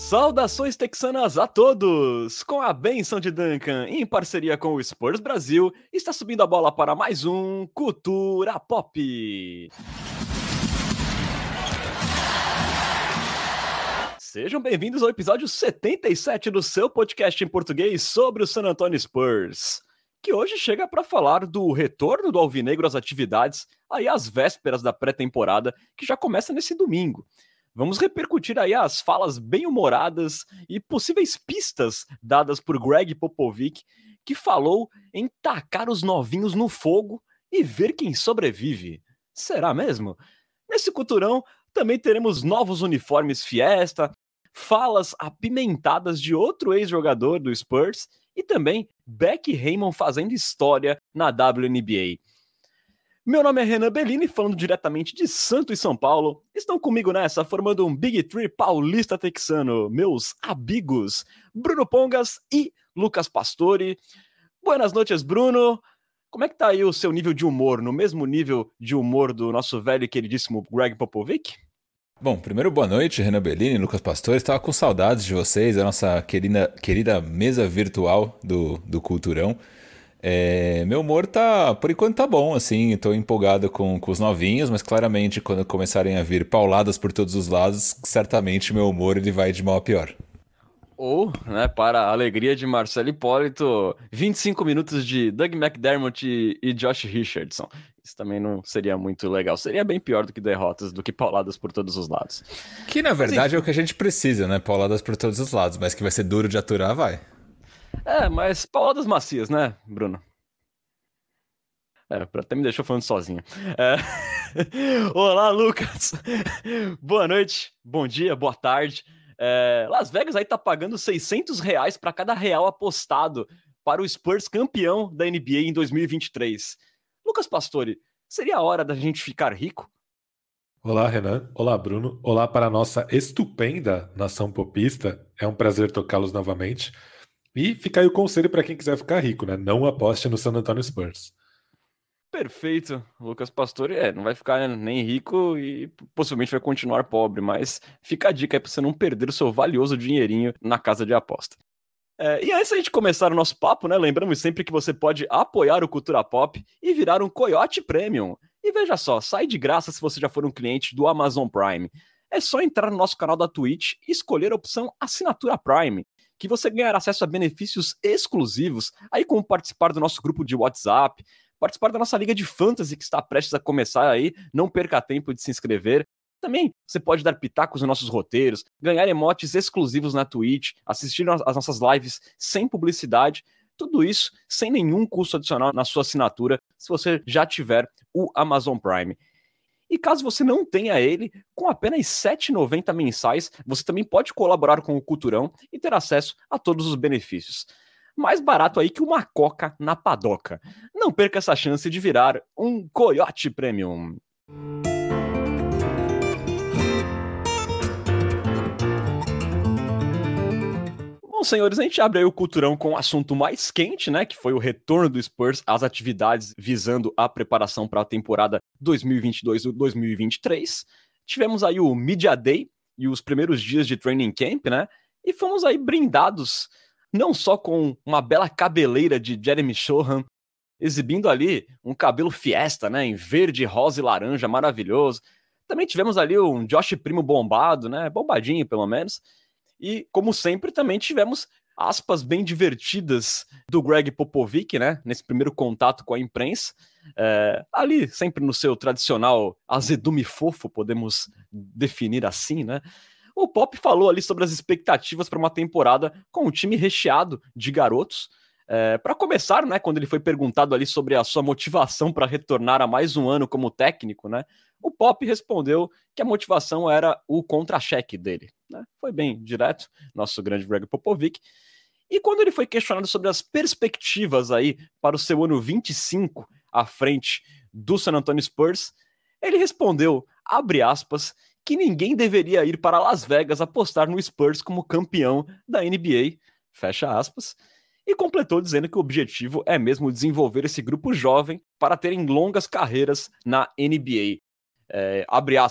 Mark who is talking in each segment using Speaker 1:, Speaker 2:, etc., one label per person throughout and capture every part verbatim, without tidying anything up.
Speaker 1: Saudações texanas a todos! Com a bênção de Duncan, em parceria com o Spurs Brasil, está subindo a bola para mais um Cultura Pop. Sejam bem-vindos ao episódio setenta e sete do seu podcast em português sobre o San Antonio Spurs, que hoje chega para falar do retorno do Alvinegro às atividades, aí às vésperas da pré-temporada, que já começa nesse domingo. Vamos repercutir aí as falas bem-humoradas e possíveis pistas dadas por Greg Popovich, que falou em tacar os novinhos no fogo e ver quem sobrevive. Será mesmo? Nesse culturão também teremos novos uniformes Fiesta, falas apimentadas de outro ex-jogador do Spurs e também Becky Hammon fazendo história na W N B A. Meu nome é Renan Bellini, falando diretamente de Santos e São Paulo. Estão comigo nessa, formando um Big Three paulista texano, meus amigos Bruno Pongas e Lucas Pastore. Buenas noites, Bruno. Como é que tá aí o seu nível de humor? No mesmo nível de humor do nosso velho e queridíssimo Greg Popovich?
Speaker 2: Bom, primeiro boa noite, Renan Bellini e Lucas Pastore. Estava com saudades de vocês, a nossa querida, querida mesa virtual do, do Culturão. É, meu humor tá, por enquanto tá bom, assim, tô empolgado com, com os novinhos, mas claramente quando começarem a vir pauladas por todos os lados, certamente meu humor ele vai de mal a pior.
Speaker 1: Ou, né, para a alegria de Marcelo Hipólito, vinte e cinco minutos de Doug McDermott e, e Josh Richardson. Isso também não seria muito legal, seria bem pior do que derrotas, do que pauladas por todos os lados.
Speaker 2: Que na verdade é o que a gente precisa, né, pauladas por todos os lados, mas que vai ser duro de aturar, vai.
Speaker 1: É, mas pauladas macias, né, Bruno? É, até me deixou falando sozinho. É... Olá, Lucas. Boa noite, bom dia, boa tarde. É... Las Vegas aí tá pagando seiscentos reais para cada real apostado para o Spurs campeão da N B A em dois mil e vinte e três. Lucas Pastore, seria a hora da gente ficar rico?
Speaker 3: Olá, Renan. Olá, Bruno. Olá para a nossa estupenda nação popista. É um prazer tocá-los novamente. E fica aí o conselho para quem quiser ficar rico, né? Não aposte no San Antonio Spurs.
Speaker 1: Perfeito, Lucas Pastore, é, não vai ficar nem rico e possivelmente vai continuar pobre, mas fica a dica aí para você não perder o seu valioso dinheirinho na casa de aposta. É, e antes da gente começar o nosso papo, né, lembramos sempre que você pode apoiar o Cultura Pop e virar um Coyote Premium. E veja só, sai de graça se você já for um cliente do Amazon Prime. É só entrar no nosso canal da Twitch e escolher a opção Assinatura Prime, que você ganhará acesso a benefícios exclusivos, aí como participar do nosso grupo de WhatsApp, participar da nossa liga de fantasy que está prestes a começar aí, não perca tempo de se inscrever. Também você pode dar pitacos nos nossos roteiros, ganhar emotes exclusivos na Twitch, assistir às nossas lives sem publicidade, tudo isso sem nenhum custo adicional na sua assinatura, se você já tiver o Amazon Prime. E caso você não tenha ele, com apenas sete reais e noventa centavos mensais, você também pode colaborar com o Culturão e ter acesso a todos os benefícios. Mais barato aí que uma coca na padoca. Não perca essa chance de virar um Coyote Premium. Bom, senhores, a gente abre aí o Culturão com o assunto mais quente, né, que foi o retorno do Spurs às atividades visando a preparação para a temporada dois mil e vinte e dois e dois mil e vinte e três. Tivemos aí o Media Day e os primeiros dias de training camp, né, e fomos aí brindados não só com uma bela cabeleira de Jeremy Sohan, exibindo ali um cabelo fiesta, né, em verde, rosa e laranja, maravilhoso. Também tivemos ali um Josh Primo bombado, né, bombadinho pelo menos. E, como sempre, também tivemos aspas bem divertidas do Greg Popovich, né, nesse primeiro contato com a imprensa. É, ali, sempre no seu tradicional azedume fofo, podemos definir assim, né. O Pop falou ali sobre as expectativas para uma temporada com um time recheado de garotos. É, para começar, né, quando ele foi perguntado ali sobre a sua motivação para retornar a mais um ano como técnico, né, o Pop respondeu que a motivação era o contra-cheque dele. Né? Foi bem direto, nosso grande Greg Popovich. E quando ele foi questionado sobre as perspectivas aí para o seu ano vinte e cinco à frente do San Antonio Spurs, ele respondeu, abre aspas, que ninguém deveria ir para Las Vegas apostar no Spurs como campeão da N B A, fecha aspas, e completou dizendo que o objetivo é mesmo desenvolver esse grupo jovem para terem longas carreiras na N B A, é, abre aspas.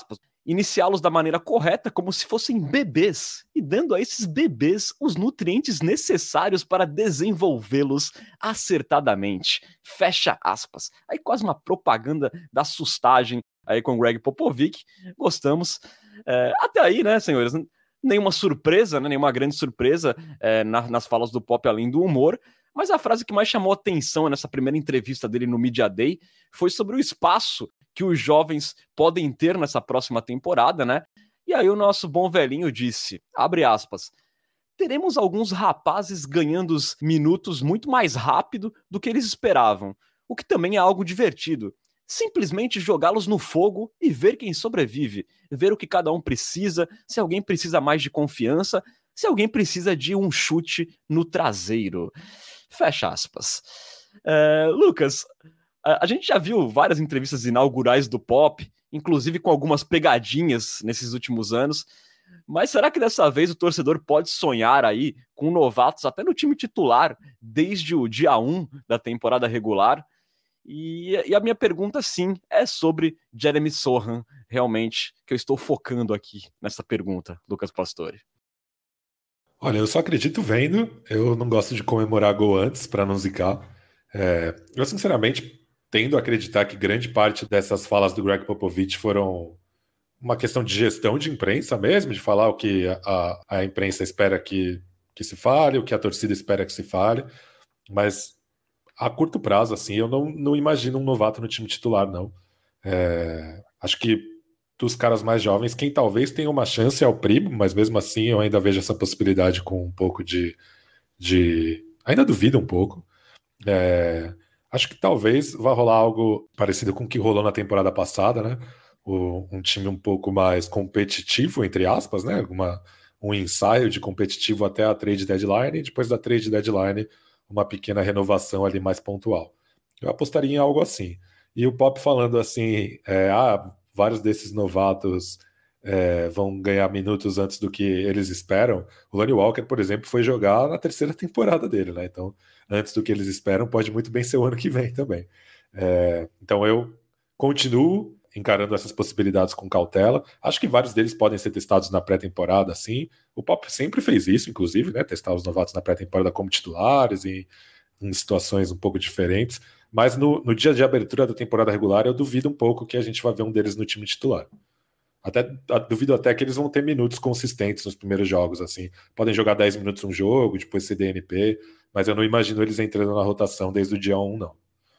Speaker 1: iniciá-los da maneira correta, como se fossem bebês, e dando a esses bebês os nutrientes necessários para desenvolvê-los acertadamente. Fecha aspas. Aí quase uma propaganda da sustagem aí com o Greg Popovich. Gostamos. É, até aí, né, senhores? Nenhuma surpresa, né, nenhuma grande surpresa é, na, nas falas do Pop, além do humor. Mas a frase que mais chamou atenção nessa primeira entrevista dele no Media Day foi sobre o espaço que os jovens podem ter nessa próxima temporada, né? E aí o nosso bom velhinho disse, abre aspas, teremos alguns rapazes ganhando os minutos muito mais rápido do que eles esperavam, o que também é algo divertido. Simplesmente jogá-los no fogo e ver quem sobrevive, ver o que cada um precisa, se alguém precisa mais de confiança, se alguém precisa de um chute no traseiro. Fecha aspas. É, Lucas, a gente já viu várias entrevistas inaugurais do Pop, inclusive com algumas pegadinhas nesses últimos anos, mas será que dessa vez o torcedor pode sonhar aí com novatos até no time titular desde o dia um da temporada regular? E, e a minha pergunta, sim, é sobre Jeremy Sochan, realmente, que eu estou focando aqui nessa pergunta, Lucas Pastore.
Speaker 3: Olha, eu só acredito vendo, eu não gosto de comemorar gol antes para não zicar. É, eu, sinceramente, tendo a acreditar que grande parte dessas falas do Greg Popovich foram uma questão de gestão de imprensa mesmo, de falar o que a, a imprensa espera que, que se fale, o que a torcida espera que se fale, mas a curto prazo, assim, eu não, não imagino um novato no time titular, não. É, acho que dos caras mais jovens, quem talvez tenha uma chance é o Primo, mas mesmo assim eu ainda vejo essa possibilidade com um pouco de... de... ainda duvido um pouco. É, acho que talvez vá rolar algo parecido com o que rolou na temporada passada, né? O, um time um pouco mais competitivo, entre aspas, né? Uma, um ensaio de competitivo até a trade deadline, e depois da trade deadline, uma pequena renovação ali mais pontual. Eu apostaria em algo assim. E o Pop falando assim, é, ah, vários desses novatos é, vão ganhar minutos antes do que eles esperam. O Lonnie Walker, por exemplo, foi jogar na terceira temporada dele, né? Então, antes do que eles esperam, pode muito bem ser o ano que vem também. É, então, eu continuo encarando essas possibilidades com cautela. Acho que vários deles podem ser testados na pré-temporada, sim. O Pop sempre fez isso, inclusive, né? Testar os novatos na pré-temporada como titulares e em situações um pouco diferentes. Mas no, no dia de abertura da temporada regular, eu duvido um pouco que a gente vai ver um deles no time titular. Até, duvido até que eles vão ter minutos consistentes nos primeiros jogos, assim. Podem jogar dez minutos um jogo, depois ser D N P, mas eu não imagino eles entrando na rotação desde o dia um, não.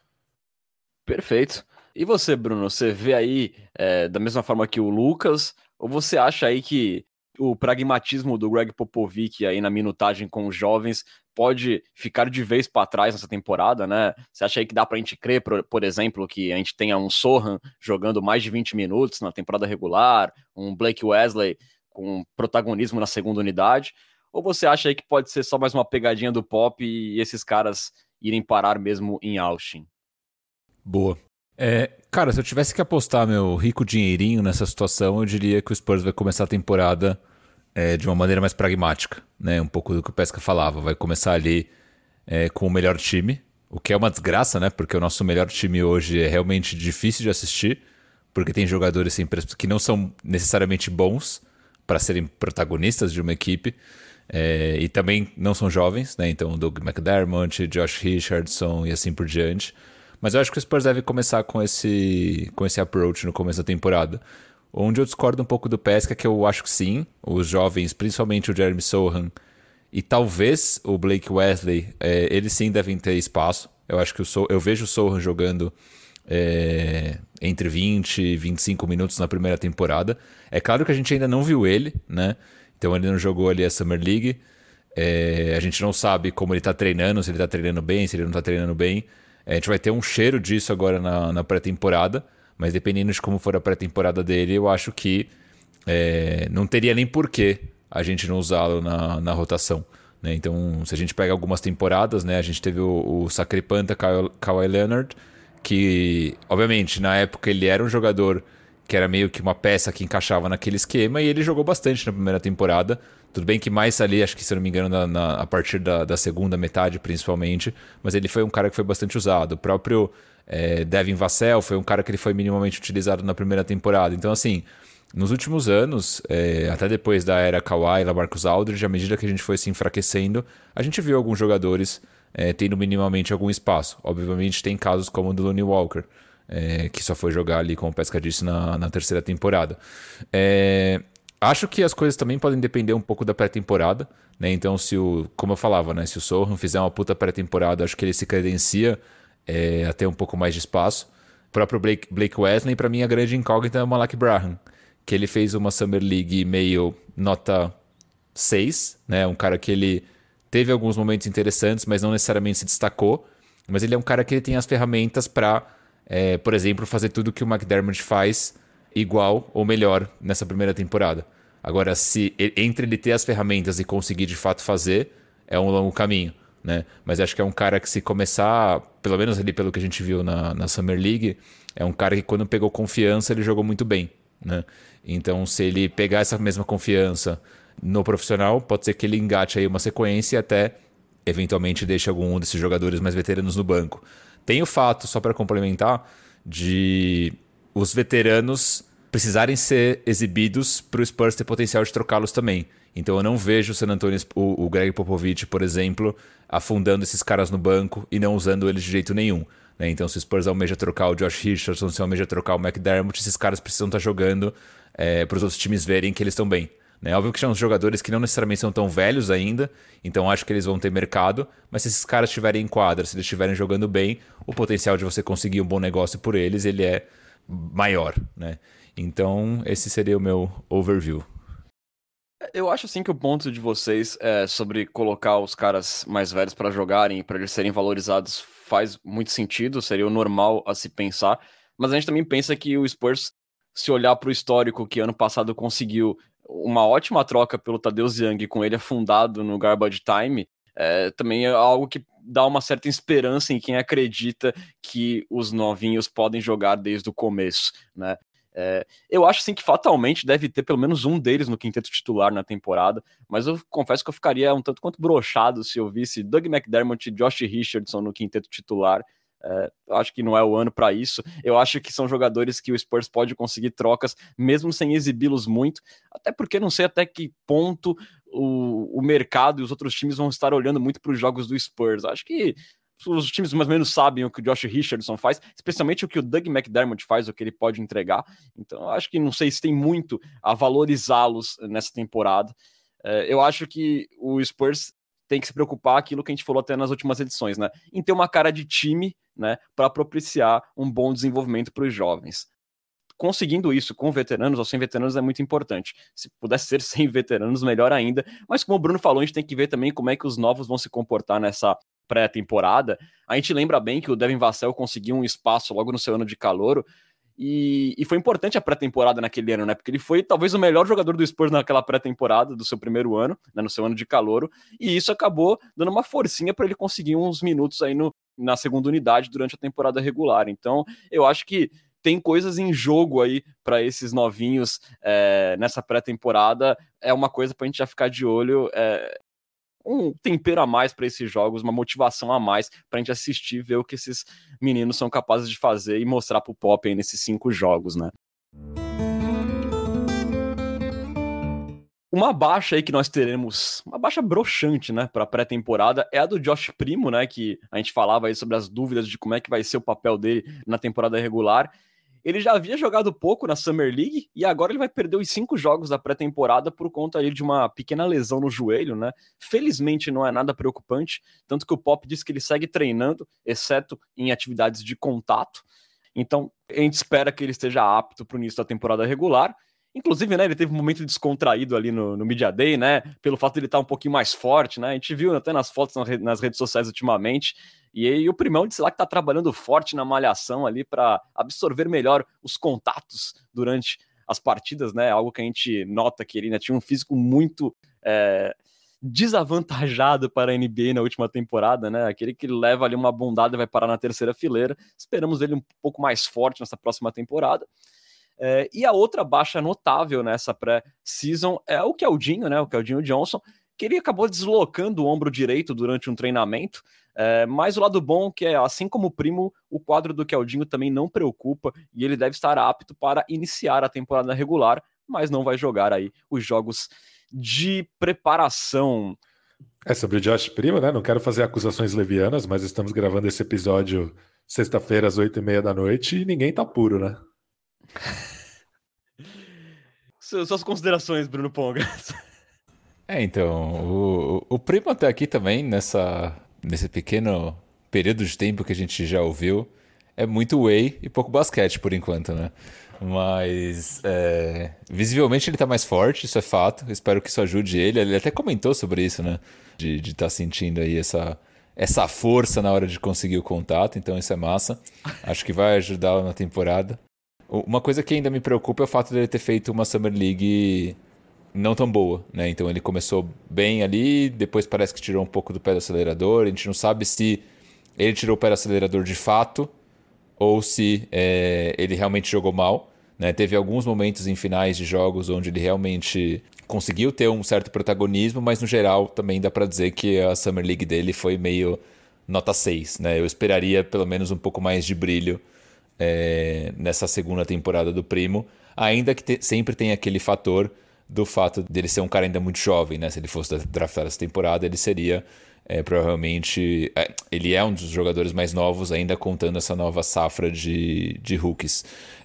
Speaker 1: Perfeito. E você, Bruno, você vê aí é, da mesma forma que o Lucas, ou você acha aí que o pragmatismo do Greg Popovich aí na minutagem com os jovens pode ficar de vez para trás nessa temporada, né? Você acha aí que dá pra gente crer, por, por exemplo, que a gente tenha um Sochan jogando mais de vinte minutos na temporada regular, um Blake Wesley com protagonismo na segunda unidade, ou você acha aí que pode ser só mais uma pegadinha do Pop e esses caras irem parar mesmo em Austin?
Speaker 2: Boa. É, cara, se eu tivesse que apostar meu rico dinheirinho nessa situação, eu diria que o Spurs vai começar a temporada é, de uma maneira mais pragmática, né? Um pouco do que o Pesca falava. Vai começar ali é, com o melhor time, o que é uma desgraça, né? Porque o nosso melhor time hoje é realmente difícil de assistir, porque tem jogadores assim, que não são necessariamente bons para serem protagonistas de uma equipe, é, e também não são jovens, né? Então, Doug McDermott, Josh Richardson e assim por diante. Mas eu acho que o Spurs deve começar com esse, com esse approach no começo da temporada. Onde eu discordo um pouco do Pesca, que eu acho que sim, os jovens, principalmente o Jeremy Sochan e talvez o Blake Wesley, é, eles sim devem ter espaço. Eu acho que o so- eu vejo o Sochan jogando é, entre vinte e vinte e cinco minutos na primeira temporada. É claro que a gente ainda não viu ele, né? Então ele não jogou ali a Summer League. É, a gente não sabe como ele está treinando, se ele está treinando bem, se ele não está treinando bem. A gente vai ter um cheiro disso agora na, na pré-temporada, mas dependendo de como for a pré-temporada dele, eu acho que é, não teria nem porquê a gente não usá-lo na, na rotação, né? Então, se a gente pega algumas temporadas, né, a gente teve o, o Sacripanta, Kawhi, Kawhi Leonard, que, obviamente, na época ele era um jogador que era meio que uma peça que encaixava naquele esquema, e ele jogou bastante na primeira temporada. Tudo bem que mais ali, acho que se eu não me engano, na, na, a partir da, da segunda metade principalmente, mas ele foi um cara que foi bastante usado. O próprio é, Devin Vassell foi um cara que ele foi minimamente utilizado na primeira temporada. Então, assim, nos últimos anos, é, até depois da era Kawhi, LaMarcus Aldridge, à medida que a gente foi se enfraquecendo, a gente viu alguns jogadores é, tendo minimamente algum espaço. Obviamente tem casos como o do Lonnie Walker, é, que só foi jogar ali, como o Pesca disse, na, na terceira temporada. É, acho que as coisas também podem depender um pouco da pré-temporada, né? Então, se o, como eu falava, né, se o Sohan fizer uma puta pré-temporada, acho que ele se credencia é, a ter um pouco mais de espaço. O próprio Blake, Blake Wesley, para mim, a grande incógnita é o Malak Braham, que ele fez uma Summer League meio nota seis, né? Um cara que ele teve alguns momentos interessantes, mas não necessariamente se destacou. Mas ele é um cara que ele tem as ferramentas para, é, por exemplo, fazer tudo que o McDermott faz igual ou melhor nessa primeira temporada. Agora, se entre ele ter as ferramentas e conseguir de fato fazer, é um longo caminho, né? Mas acho que é um cara que, se começar, pelo menos ali pelo que a gente viu na, na Summer League, é um cara que, quando pegou confiança, ele jogou muito bem, né? Então, se ele pegar essa mesma confiança no profissional, pode ser que ele engate aí uma sequência e até eventualmente deixe algum desses jogadores mais veteranos no banco. Tem o fato, só para complementar, de os veteranos precisarem ser exibidos para o Spurs ter potencial de trocá-los também. Então eu não vejo o San Antonio, o, o Greg Popovich, por exemplo, afundando esses caras no banco e não usando eles de jeito nenhum, né? Então, se o Spurs almeja trocar o Josh Richardson, se almeja trocar o McDermott, esses caras precisam estar jogando é, para os outros times verem que eles estão bem, né? Óbvio que são jogadores que não necessariamente são tão velhos ainda, então acho que eles vão ter mercado, mas se esses caras estiverem em quadra, se eles estiverem jogando bem, o potencial de você conseguir um bom negócio por eles, ele é maior, né? Então, esse seria o meu overview.
Speaker 1: Eu acho assim que o ponto de vocês é sobre colocar os caras mais velhos para jogarem, para eles serem valorizados, faz muito sentido, seria o normal a se pensar, mas a gente também pensa que o Spurs, se olhar para o histórico que ano passado conseguiu uma ótima troca pelo Tadeusz Young, com ele afundado no garbage time, é, também é algo que dá uma certa esperança em quem acredita que os novinhos podem jogar desde o começo, né? É, eu acho assim que fatalmente deve ter pelo menos um deles no quinteto titular na temporada, mas eu confesso que eu ficaria um tanto quanto broxado se eu visse Doug McDermott e Josh Richardson no quinteto titular. É, eu acho que não é o ano para isso. Eu acho que são jogadores que o Spurs pode conseguir trocas mesmo sem exibi-los muito, até porque não sei até que ponto o, o mercado e os outros times vão estar olhando muito para os jogos do Spurs. Acho que os times mais ou menos sabem o que o Josh Richardson faz, especialmente o que o Doug McDermott faz, o que ele pode entregar. Então eu acho que não sei se tem muito a valorizá-los nessa temporada. É, eu acho que o Spurs tem que se preocupar aquilo que a gente falou até nas últimas edições, né? Em ter uma cara de time, né, para propiciar um bom desenvolvimento para os jovens. Conseguindo isso com veteranos ou sem veteranos é muito importante. Se pudesse ser sem veteranos, melhor ainda. Mas como o Bruno falou, a gente tem que ver também como é que os novos vão se comportar nessa pré-temporada. A gente lembra bem que o Devin Vassell conseguiu um espaço logo no seu ano de calouro, e, e foi importante a pré-temporada naquele ano, né? Porque ele foi talvez o melhor jogador do Spurs naquela pré-temporada do seu primeiro ano, né, no seu ano de calouro, e isso acabou dando uma forcinha para ele conseguir uns minutos aí no, na segunda unidade durante a temporada regular. Então, eu acho que tem coisas em jogo aí para esses novinhos é, nessa pré-temporada. É uma coisa para a gente já ficar de olho, é, um tempero a mais para esses jogos, uma motivação a mais para a gente assistir, ver o que esses meninos são capazes de fazer e mostrar pro Pop aí nesses cinco jogos, né? Uma baixa aí que nós teremos, uma baixa broxante, né, para pré-temporada, é a do Josh Primo, né, que a gente falava aí sobre as dúvidas de como é que vai ser o papel dele na temporada regular. Ele já havia jogado pouco na Summer League e agora ele vai perder os cinco jogos da pré-temporada por conta ali de uma pequena lesão no joelho, né? Felizmente não é nada preocupante, tanto que o Pop disse que ele segue treinando, exceto em atividades de contato. Então, a gente espera que ele esteja apto para o início da temporada regular. Inclusive, né, ele teve um momento descontraído ali no, no Media Day, né? Pelo fato de ele estar um pouquinho mais forte, né? A gente viu até nas fotos nas redes sociais ultimamente. E aí o Primão disse lá que tá trabalhando forte na malhação ali para absorver melhor os contatos durante as partidas, né? Algo que a gente nota que ele ainda tinha um físico muito é, desavantajado para a N B A na última temporada, né? Aquele que leva ali uma bundada e vai parar na terceira fileira. Esperamos ele um pouco mais forte nessa próxima temporada. É, e a outra baixa notável nessa pré-season é o Keldinho, né? O Keldinho Johnson, que ele acabou deslocando o ombro direito durante um treinamento. É, mas o lado bom que é, assim como o Primo, o quadro do Keldinho também não preocupa e ele deve estar apto para iniciar a temporada regular, mas não vai jogar aí os jogos de preparação.
Speaker 3: É sobre o Josh Primo, né? Não quero fazer acusações levianas, mas estamos gravando esse episódio sexta-feira às oito e meia da noite e ninguém tá puro, né?
Speaker 1: Suas considerações, Bruno Pongas.
Speaker 2: É, então, o, o Primo até aqui também, nessa, nesse pequeno período de tempo que a gente já ouviu, é muito whey e pouco basquete por enquanto, né? Mas, é, visivelmente ele tá mais forte, isso é fato, espero que isso ajude ele. Ele até comentou sobre isso, né? De estar de tá sentindo aí essa, essa força na hora de conseguir o contato, então isso é massa. Acho que vai ajudá-lo na temporada. Uma coisa que ainda me preocupa é o fato dele ter feito uma Summer League não tão boa, né? Então ele começou bem ali, depois parece que tirou um pouco do pé do acelerador. A gente não sabe se ele tirou o pé do acelerador de fato ou se é, ele realmente jogou mal, né? Teve alguns momentos em finais de jogos onde ele realmente conseguiu ter um certo protagonismo, mas no geral também dá pra dizer que a Summer League dele foi meio nota seis, né? Eu esperaria pelo menos um pouco mais de brilho é, nessa segunda temporada do Primo, ainda que te, sempre tem aquele fator do fato dele ser um cara ainda muito jovem, né? Se ele fosse draftado essa temporada, ele seria é, provavelmente... É, ele é um dos jogadores mais novos, ainda contando essa nova safra de, de rookies.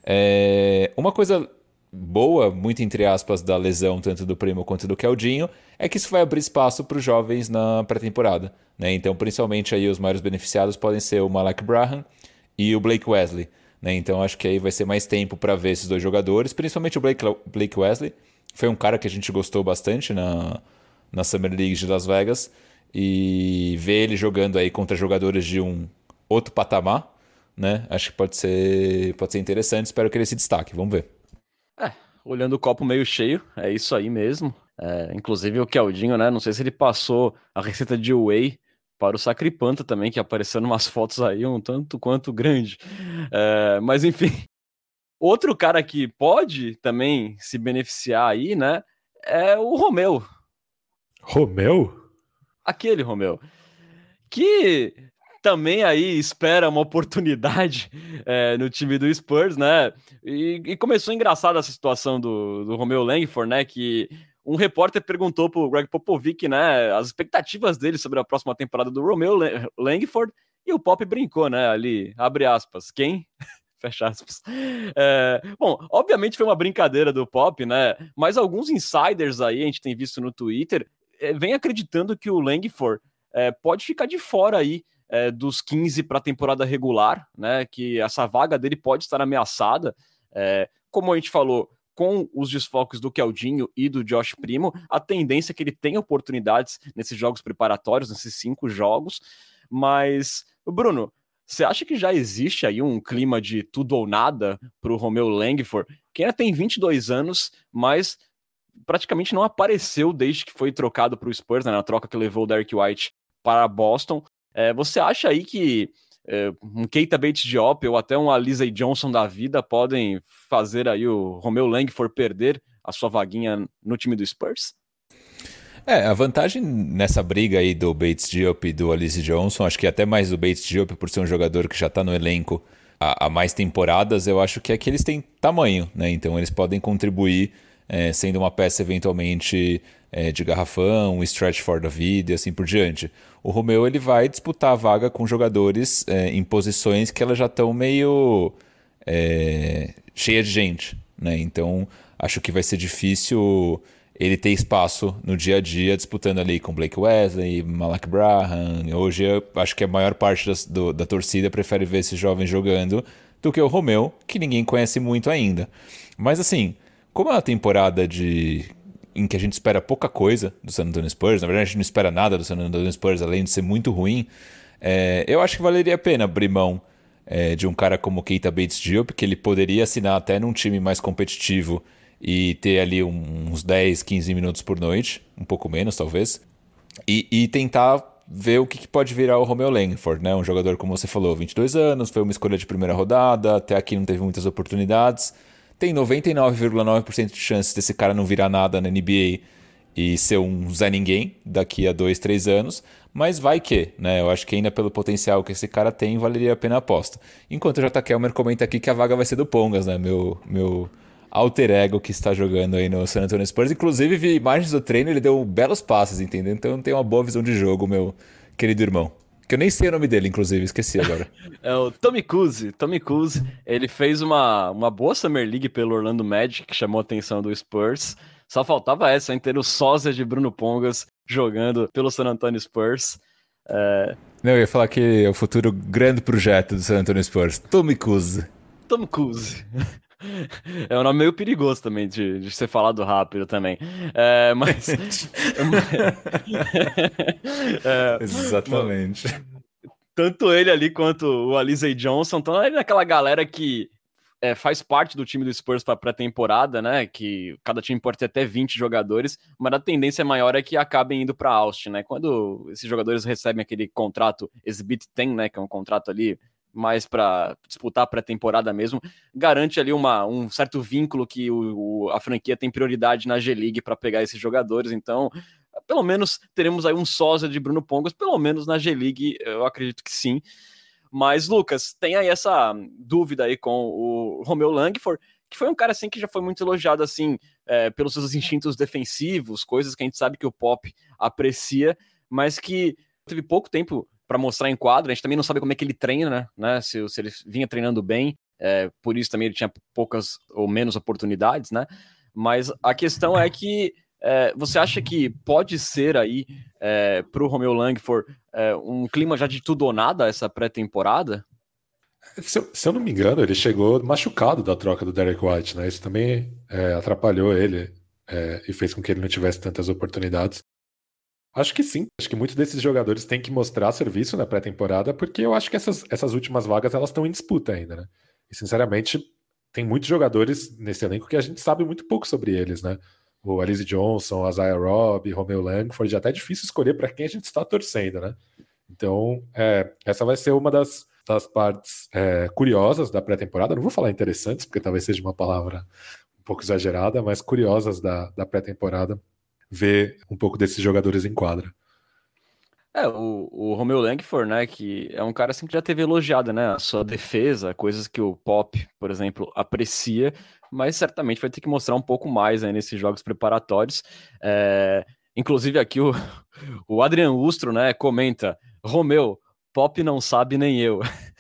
Speaker 2: É, uma coisa boa, muito entre aspas, da lesão, tanto do Primo quanto do Keldinho, é que isso vai abrir espaço para os jovens na pré-temporada, né? Então, principalmente aí os maiores beneficiados podem ser o Malak Braham e o Blake Wesley, né? Então, acho que aí vai ser mais tempo para ver esses dois jogadores, principalmente o Blake, Blake Wesley. Foi um cara que a gente gostou bastante na, na Summer League de Las Vegas. E ver ele jogando aí contra jogadores de um outro patamar, né? Acho que pode ser, pode ser interessante. Espero que ele se destaque. Vamos ver.
Speaker 1: É, olhando o copo meio cheio, é isso aí mesmo. É, inclusive o Keldinho, né? Não sei se ele passou a receita de whey para o Sacripanta também, que apareceu em umas fotos aí um tanto quanto grande. É, mas enfim... Outro cara que pode também se beneficiar aí, né, é o Romeu.
Speaker 3: Romeu?
Speaker 1: Aquele Romeu. Que também aí espera uma oportunidade é, no time do Spurs, né? E, e começou engraçada essa situação do, do Romeu Langford, né? Que um repórter perguntou pro Greg Popovich, né, as expectativas dele sobre a próxima temporada do Romeu Langford, e o Pop brincou, né, ali, abre aspas, quem... Fecha aspas. É, bom, obviamente foi uma brincadeira do Pop, né? Mas alguns insiders aí, a gente tem visto no Twitter, é, vem acreditando que o Langford é, pode ficar de fora aí é, dos quinze para a temporada regular, né? Que essa vaga dele pode estar ameaçada. É, como a gente falou, com os desfalques do Keldinho e do Josh Primo, a tendência é que ele tenha oportunidades nesses jogos preparatórios, nesses cinco jogos. Mas, Bruno, você acha que já existe aí um clima de tudo ou nada para o Romeu Langford, que ainda tem vinte e dois anos, mas praticamente não apareceu desde que foi trocado para o Spurs, né, na troca que levou o Derrick White para Boston. É, você acha aí que é, um Keita Bates-Diop ou até um Alizé Johnson da vida podem fazer aí o Romeu Langford perder a sua vaguinha no time do Spurs?
Speaker 2: É, a vantagem nessa briga aí do Bates-Diop e do Alizé Johnson, acho que até mais do Bates-Diop por ser um jogador que já está no elenco há, há mais temporadas, eu acho que é que eles têm tamanho, né? Então eles podem contribuir é, sendo uma peça eventualmente é, de garrafão, um stretch for da vida e assim por diante. O Romeu ele vai disputar a vaga com jogadores é, em posições que elas já estão meio é, cheias de gente, né? Então acho que vai ser difícil ele ter espaço no dia a dia disputando ali com Blake Wesley, Malak Braham. Hoje eu acho que a maior parte das, do, da torcida prefere ver esses jovens jogando do que o Romeu, que ninguém conhece muito ainda. Mas assim, como é uma temporada de... em que a gente espera pouca coisa do San Antonio Spurs, na verdade a gente não espera nada do San Antonio Spurs, além de ser muito ruim, é, eu acho que valeria a pena abrir mão é, de um cara como Keita Bates-Diop, porque ele poderia assinar até num time mais competitivo e ter ali uns dez, quinze minutos por noite, um pouco menos talvez, e, e tentar ver o que, que pode virar o Romeu Langford, né? Um jogador, como você falou, vinte e dois anos, foi uma escolha de primeira rodada, até aqui não teve muitas oportunidades, tem noventa e nove vírgula nove por cento de chance desse cara não virar nada na N B A e ser um Zé Ninguém daqui a dois, três anos, mas vai que, né? Eu acho que ainda pelo potencial que esse cara tem, valeria a pena a aposta. Enquanto o J. Kelmer comenta aqui que a vaga vai ser do Pongas, né? Meu... meu... alter ego que está jogando aí no San Antonio Spurs. Inclusive, vi imagens do treino, ele deu belos passes, entendeu? Então tem uma boa visão de jogo, meu querido irmão. Que eu nem sei o nome dele, inclusive, esqueci agora.
Speaker 1: É o Tommy Kuhse. Tommy Kuhse, ele fez uma, uma boa Summer League pelo Orlando Magic, que chamou a atenção do Spurs. Só faltava essa, em ter o sósia de Bruno Pongas jogando pelo San Antonio Spurs. É...
Speaker 2: Não, eu ia falar que é o futuro grande projeto do San Antonio Spurs. Tommy Kuhse.
Speaker 1: Tommy Kuhse. É um nome meio perigoso também de, de ser falado rápido também. É, mas...
Speaker 2: é, Exatamente.
Speaker 1: Tanto ele ali quanto o Alizé Johnson estão ali naquela galera que é, faz parte do time do Spurs para pré-temporada, né? Que cada time pode ter até vinte jogadores, mas a tendência maior é que acabem indo para Austin, né? Quando esses jogadores recebem aquele contrato Exhibit dez, né? Que é um contrato ali mais para disputar a pré-temporada mesmo, garante ali uma, um certo vínculo que o, o, a franquia tem prioridade na G-League para pegar esses jogadores, então pelo menos teremos aí um sósia de Bruno Pongas, pelo menos na G-League, eu acredito que sim. Mas, Lucas, tem aí essa dúvida aí com o Romeo Langford, que foi um cara assim que já foi muito elogiado assim é, pelos seus instintos defensivos, coisas que a gente sabe que o Pop aprecia, mas que teve pouco tempo para mostrar em quadra. A gente também não sabe como é que ele treina, né? Se, se ele vinha treinando bem, é, por isso também ele tinha poucas ou menos oportunidades, né? Mas a questão é que é, você acha que pode ser aí é, para o Romeo Langford é, um clima já de tudo ou nada essa pré-temporada?
Speaker 3: Se eu, se eu não me engano, ele chegou machucado da troca do Derek White, né? Isso também é, atrapalhou ele é, e fez com que ele não tivesse tantas oportunidades. Acho que sim, acho que muitos desses jogadores têm que mostrar serviço na pré-temporada, porque eu acho que essas, essas últimas vagas elas estão em disputa ainda, né? E sinceramente, tem muitos jogadores nesse elenco que a gente sabe muito pouco sobre eles, né? O Alizé Johnson, Isaiah Robb, Romeo Langford, já até é difícil escolher para quem a gente está torcendo, né? Então, é, essa vai ser uma das, das partes é, curiosas da pré-temporada. Não vou falar interessantes, porque talvez seja uma palavra um pouco exagerada, mas curiosas da, da pré-temporada, ver um pouco desses jogadores em quadra.
Speaker 1: É, o, o Romeo Langford, né, que é um cara assim que já teve elogiado, né, a sua defesa, coisas que o Pop, por exemplo, aprecia, mas certamente vai ter que mostrar um pouco mais aí nesses jogos preparatórios. É, inclusive aqui o, o Adrian Ustro, né, comenta: Romeo, Pop não sabe nem eu.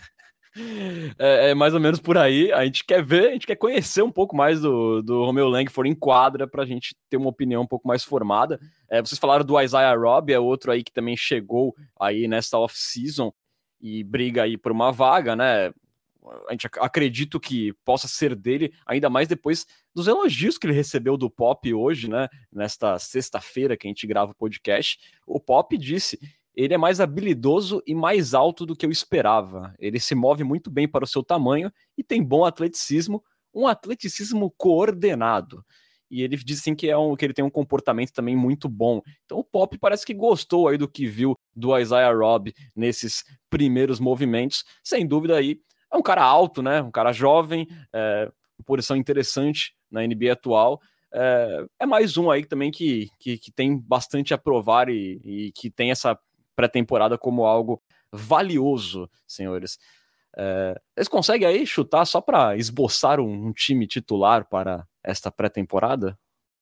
Speaker 1: É, é mais ou menos por aí. A gente quer ver, a gente quer conhecer um pouco mais do, do Romeo Langford em quadra pra gente ter uma opinião um pouco mais formada. É, vocês falaram do Isaiah Robb, é outro aí que também chegou aí nessa off-season e briga aí por uma vaga, né? A gente ac- acredito que possa ser dele, ainda mais depois dos elogios que ele recebeu do Pop hoje, né? Nesta sexta-feira que a gente grava o podcast. O Pop disse: ele é mais habilidoso e mais alto do que eu esperava. Ele se move muito bem para o seu tamanho e tem bom atleticismo, um atleticismo coordenado. E ele diz assim que, é um, que ele tem um comportamento também muito bom. Então o Pop parece que gostou aí do que viu do Isaiah Robb nesses primeiros movimentos. Sem dúvida aí, é um cara alto, né? Um cara jovem, é, posição interessante na N B A atual. É, é mais um aí também que, que, que tem bastante a provar e, e que tem essa pré-temporada como algo valioso, senhores. É, eles conseguem aí chutar só para esboçar um, um time titular para esta pré-temporada?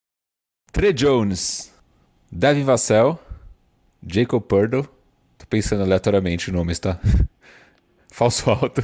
Speaker 2: Tre Jones, Devin Vassell, Jacob Poeltl. Tô pensando aleatoriamente em nomes, tá? Falso alto.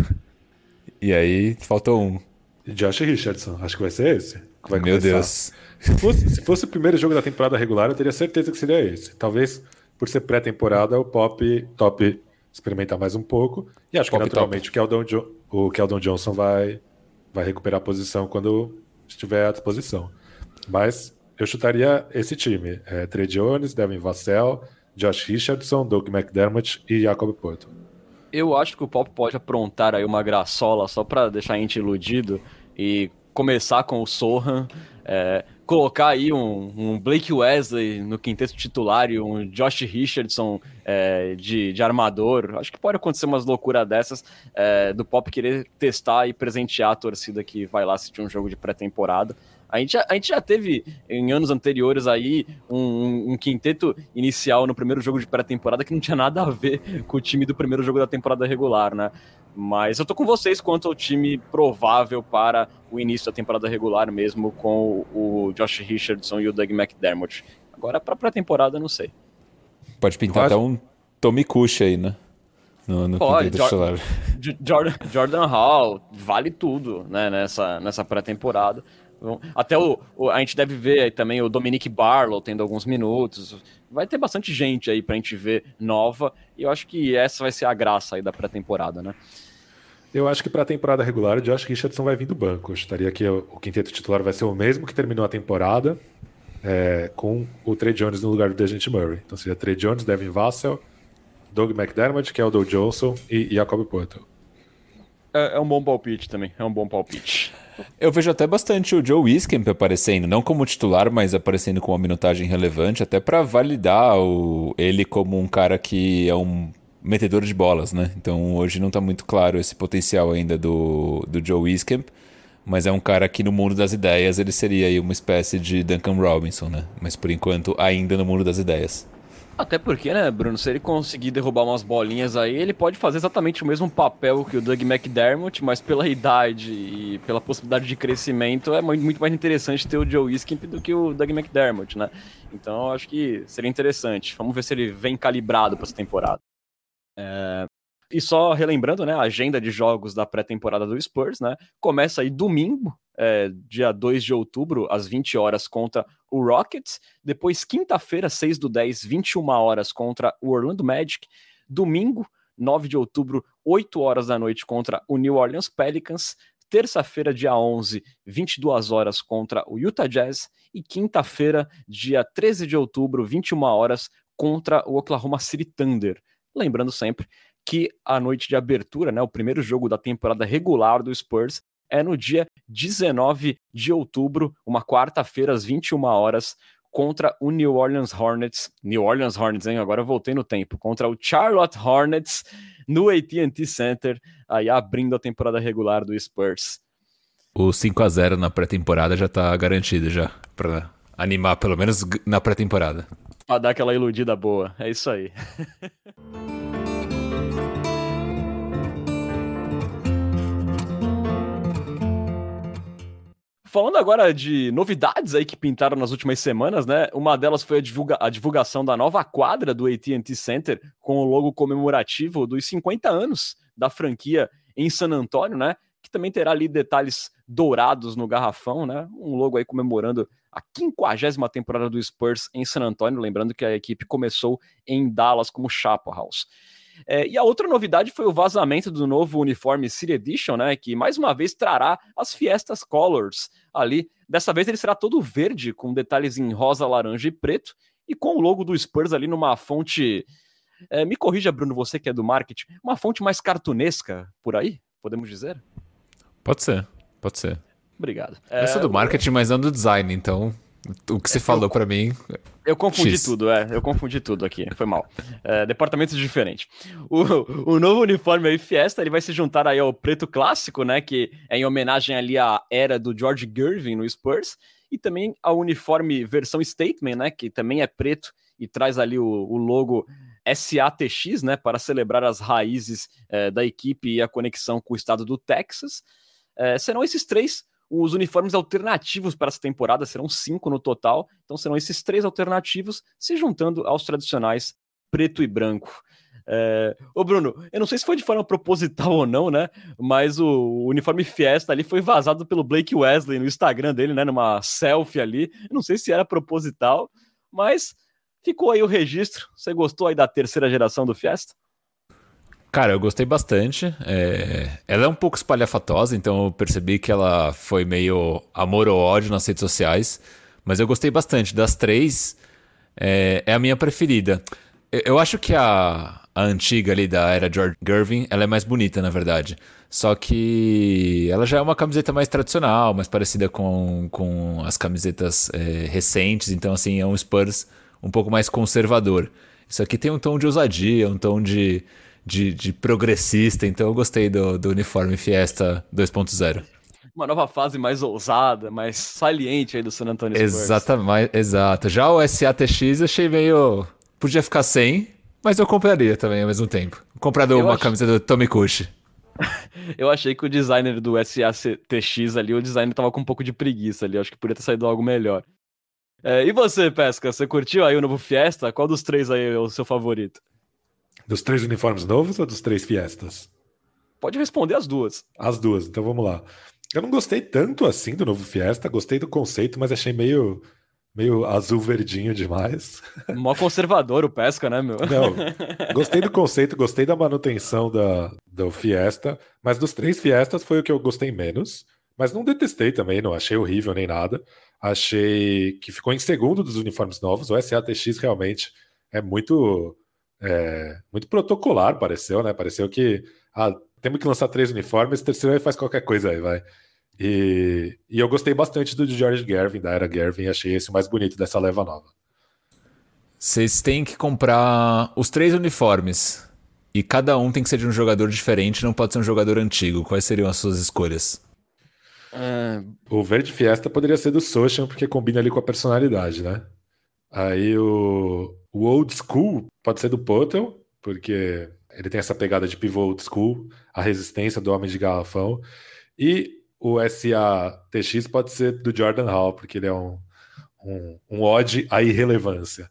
Speaker 2: E aí, faltou um.
Speaker 3: Josh Richardson, acho que vai ser esse. Que vai
Speaker 2: Meu
Speaker 3: começar.
Speaker 2: Deus.
Speaker 3: Se fosse, se fosse o primeiro jogo da temporada regular, eu teria certeza que seria esse. Talvez, por ser pré-temporada, o Pop top experimentar mais um pouco. E acho
Speaker 2: Pop
Speaker 3: que naturalmente o Keldon, jo- o Keldon Johnson vai, vai recuperar a posição quando estiver à disposição. Mas eu chutaria esse time. É, Tre Jones, Devin Vassell, Josh Richardson, Doug McDermott e Jacob Poeltl.
Speaker 1: Eu acho que o Pop pode aprontar aí uma graçola só para deixar a gente iludido e começar com o Sohan, é, colocar aí um, um Blake Wesley no quinteto titular e um Josh Richardson é, de, de armador. Acho que pode acontecer umas loucuras dessas, é, do Pop querer testar e presentear a torcida que vai lá assistir um jogo de pré-temporada. A gente, já, a gente já teve, em anos anteriores, aí um, um, um quinteto inicial no primeiro jogo de pré-temporada que não tinha nada a ver com o time do primeiro jogo da temporada regular, né? Mas eu tô com vocês quanto ao time provável para o início da temporada regular mesmo, com o Josh Richardson e o Doug McDermott. Agora, pra pré-temporada, não sei.
Speaker 2: Pode pintar até um Tommy Kush aí, né? No, no
Speaker 1: Pode,
Speaker 2: quinteto titular.
Speaker 1: Jordan, Jordan Hall, vale tudo, né, nessa, nessa pré-temporada. Até o, o, a gente deve ver aí também o Dominic Barlow tendo alguns minutos. Vai ter bastante gente aí pra gente ver nova, e eu acho que essa vai ser a graça aí da pré-temporada, né?
Speaker 3: Eu acho que para a temporada regular o Josh Richardson vai vir do banco. Eu estaria que o, o quinteto titular vai ser o mesmo que terminou a temporada, é, com o Trey Jones no lugar do Dejounte Murray. Então seria Trey Jones, Devin Vassell, Doug McDermott, Keldon Johnson e Jakob Poeltl.
Speaker 1: É, é um bom palpite também, é um bom palpite.
Speaker 2: Eu vejo até bastante o Joe Wieskamp aparecendo, não como titular, mas aparecendo com uma minutagem relevante, até para validar o, ele como um cara que é um metedor de bolas, né? Então hoje não tá muito claro esse potencial ainda do, do Joe Wieskamp, mas é um cara que no mundo das ideias ele seria aí uma espécie de Duncan Robinson, né? Mas por enquanto ainda no mundo das ideias.
Speaker 1: Até porque, né, Bruno, se ele conseguir derrubar umas bolinhas aí, ele pode fazer exatamente o mesmo papel que o Doug McDermott, mas pela idade e pela possibilidade de crescimento, é muito mais interessante ter o Joe Wieskamp do que o Doug McDermott, né? Então eu acho que seria interessante. Vamos ver se ele vem calibrado para essa temporada. É... E só relembrando, né, a agenda de jogos da pré-temporada do Spurs, né, começa aí domingo, é, dia dois de outubro, às vinte horas, contra o Rockets, depois quinta-feira, seis do dez, vinte e uma horas, contra o Orlando Magic, domingo, nove de outubro, oito horas da noite, contra o New Orleans Pelicans, terça-feira, dia onze, vinte e duas horas, contra o Utah Jazz, e quinta-feira, dia treze de outubro, vinte e uma horas, contra o Oklahoma City Thunder. Lembrando sempre que a noite de abertura, né, o primeiro jogo da temporada regular do Spurs, é no dia dezenove de outubro, uma quarta-feira, às vinte e uma horas, contra o New Orleans Hornets. New Orleans Hornets, hein? Agora eu voltei no tempo. Contra o Charlotte Hornets, no A T and T Center, aí abrindo a temporada regular do Spurs.
Speaker 2: O cinco a zero na pré-temporada já tá garantido já, pra animar pelo menos na pré-temporada.
Speaker 1: Pra dar aquela iludida boa, é isso aí. Falando agora de novidades aí que pintaram nas últimas semanas, né? Uma delas foi a, divulga- a divulgação da nova quadra do A T and T Center com o logo comemorativo dos cinquenta anos da franquia em San Antonio, né? Que também terá ali detalhes dourados no garrafão, né? Um logo aí comemorando a quinquagésima temporada do Spurs em San Antonio, lembrando que a equipe começou em Dallas como Chapel House. É, e a outra novidade foi o vazamento do novo uniforme City Edition, né, que mais uma vez trará as Fiestas Colors ali. Dessa vez ele será todo verde, com detalhes em rosa, laranja e preto, e com o logo do Spurs ali numa fonte... É, me corrija, Bruno, você que é do marketing, uma fonte mais cartunesca por aí, podemos dizer?
Speaker 2: Pode ser, pode ser.
Speaker 1: Obrigado.
Speaker 2: Eu sou do marketing, mas não do design, então o que você é, falou eu... pra mim...
Speaker 1: Eu confundi X. tudo, é. Eu confundi tudo aqui, foi mal. É, departamentos diferentes. O, o novo uniforme aí, Fiesta, ele vai se juntar aí ao preto clássico, né? Que é em homenagem ali à era do George Gervin no Spurs. E também ao uniforme versão Statement, né? Que também é preto e traz ali o, o logo S A T X, né? Para celebrar as raízes é, da equipe e a conexão com o estado do Texas. É, serão esses três os uniformes alternativos para essa temporada, serão cinco no total, então serão esses três alternativos se juntando aos tradicionais preto e branco. É... Ô Bruno, eu não sei se foi de forma proposital ou não, né, mas o uniforme Fiesta ali foi vazado pelo Blake Wesley no Instagram dele, né, numa selfie ali, eu não sei se era proposital, mas ficou aí o registro. Você gostou aí da terceira geração do Fiesta?
Speaker 2: Cara, eu gostei bastante. É... Ela é um pouco espalhafatosa, então eu percebi que ela foi meio amor ou ódio nas redes sociais. Mas eu gostei bastante. Das três, é, é a minha preferida. Eu, eu acho que a, a antiga ali da era George Gervin, ela é mais bonita, na verdade. Só que ela já é uma camiseta mais tradicional, mais parecida com, com as camisetas é, recentes. Então, assim, é um Spurs um pouco mais conservador. Isso aqui tem um tom de ousadia, um tom de... De, de progressista, então eu gostei do, do uniforme Fiesta dois ponto zero.
Speaker 1: Uma nova fase mais ousada, mais saliente aí do San Antonio Spurs.
Speaker 2: Exatamente, exato. Já o S A T X eu achei meio... Podia ficar sem, mas eu compraria também ao mesmo tempo. Comprado eu uma acho... camisa do Tommy Kush.
Speaker 1: Eu achei que o designer do S A T X ali, o designer tava com um pouco de preguiça ali. Acho que poderia ter saído algo melhor. É, e você, Pesca? Você curtiu aí o novo Fiesta? Qual dos três aí é o seu favorito?
Speaker 3: Dos três uniformes novos ou dos três Fiestas?
Speaker 1: Pode responder as duas.
Speaker 3: As duas, então vamos lá. Eu não gostei tanto assim do novo Fiesta, gostei do conceito, mas achei meio, meio azul-verdinho demais.
Speaker 1: Mó conservador o Pesca, né, meu?
Speaker 3: Não, gostei do conceito, gostei da manutenção da, do Fiesta, mas dos três Fiestas foi o que eu gostei menos. Mas não detestei também, não achei horrível nem nada. Achei que ficou em segundo dos uniformes novos. O S A T X realmente é muito, é, muito protocolar, pareceu, né? Pareceu que ah, temos que lançar três uniformes, o terceiro aí faz qualquer coisa aí, vai. E, e eu gostei bastante do George Gervin, da era Gervin, achei esse o mais bonito dessa leva nova.
Speaker 2: Vocês têm que comprar os três uniformes e cada um tem que ser de um jogador diferente, não pode ser um jogador antigo. Quais seriam as suas escolhas?
Speaker 1: É...
Speaker 3: O verde Fiesta poderia ser do Sochan, porque combina ali com a personalidade, né? Aí o, o Old School pode ser do Potel, porque ele tem essa pegada de pivô Old School, a resistência do Homem de Garrafão. E o S A T X pode ser do Jordan Hall, porque ele é um, um, um ode à irrelevância.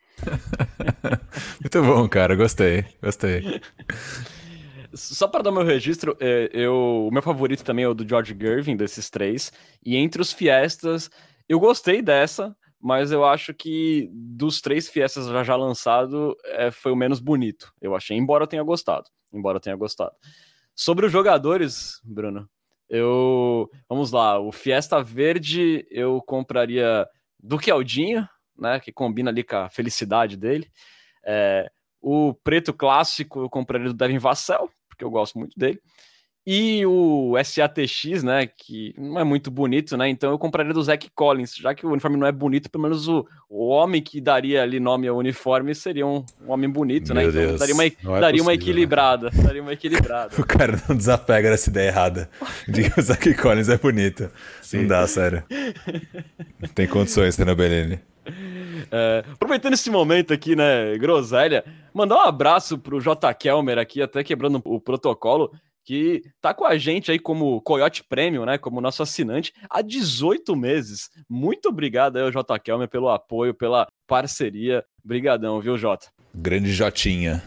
Speaker 2: Muito bom, cara. Gostei, gostei.
Speaker 1: Só para dar meu registro, eu, o meu favorito também é o do George Gervin, desses três. E entre os Fiestas, eu gostei dessa, mas eu acho que dos três Fiestas já, já lançado, é, foi o menos bonito, eu achei, embora eu tenha gostado. Embora eu tenha gostado. Sobre os jogadores, Bruno, eu... Vamos lá, o Fiesta Verde eu compraria do Keldinho, né, que combina ali com a felicidade dele. É, o preto clássico eu compraria do Devin Vassell, que eu gosto muito dele, e o S A T X, né, que não é muito bonito, né, então eu compraria do Zach Collins, já que o uniforme não é bonito, pelo menos o, o homem que daria ali nome ao uniforme seria um, um homem bonito,
Speaker 2: Meu
Speaker 1: né, então
Speaker 2: Deus,
Speaker 1: daria, uma,
Speaker 3: é
Speaker 1: daria
Speaker 3: possível,
Speaker 1: uma equilibrada,
Speaker 3: né?
Speaker 1: daria uma equilibrada.
Speaker 2: O cara não desapega dessa ideia errada de que o Zach Collins é bonito. Sim. Não dá, sério. Não tem condições, Renan Bellini.
Speaker 1: É, aproveitando esse momento aqui, né, groselha, mandar um abraço pro J. Kelmer aqui, até quebrando o protocolo, que tá com a gente aí como Coyote Premium, né, como nosso assinante, há dezoito meses. Muito obrigado aí ao J. Kelmer pelo apoio, pela parceria. Brigadão, viu, Jota?
Speaker 2: Grande Jotinha.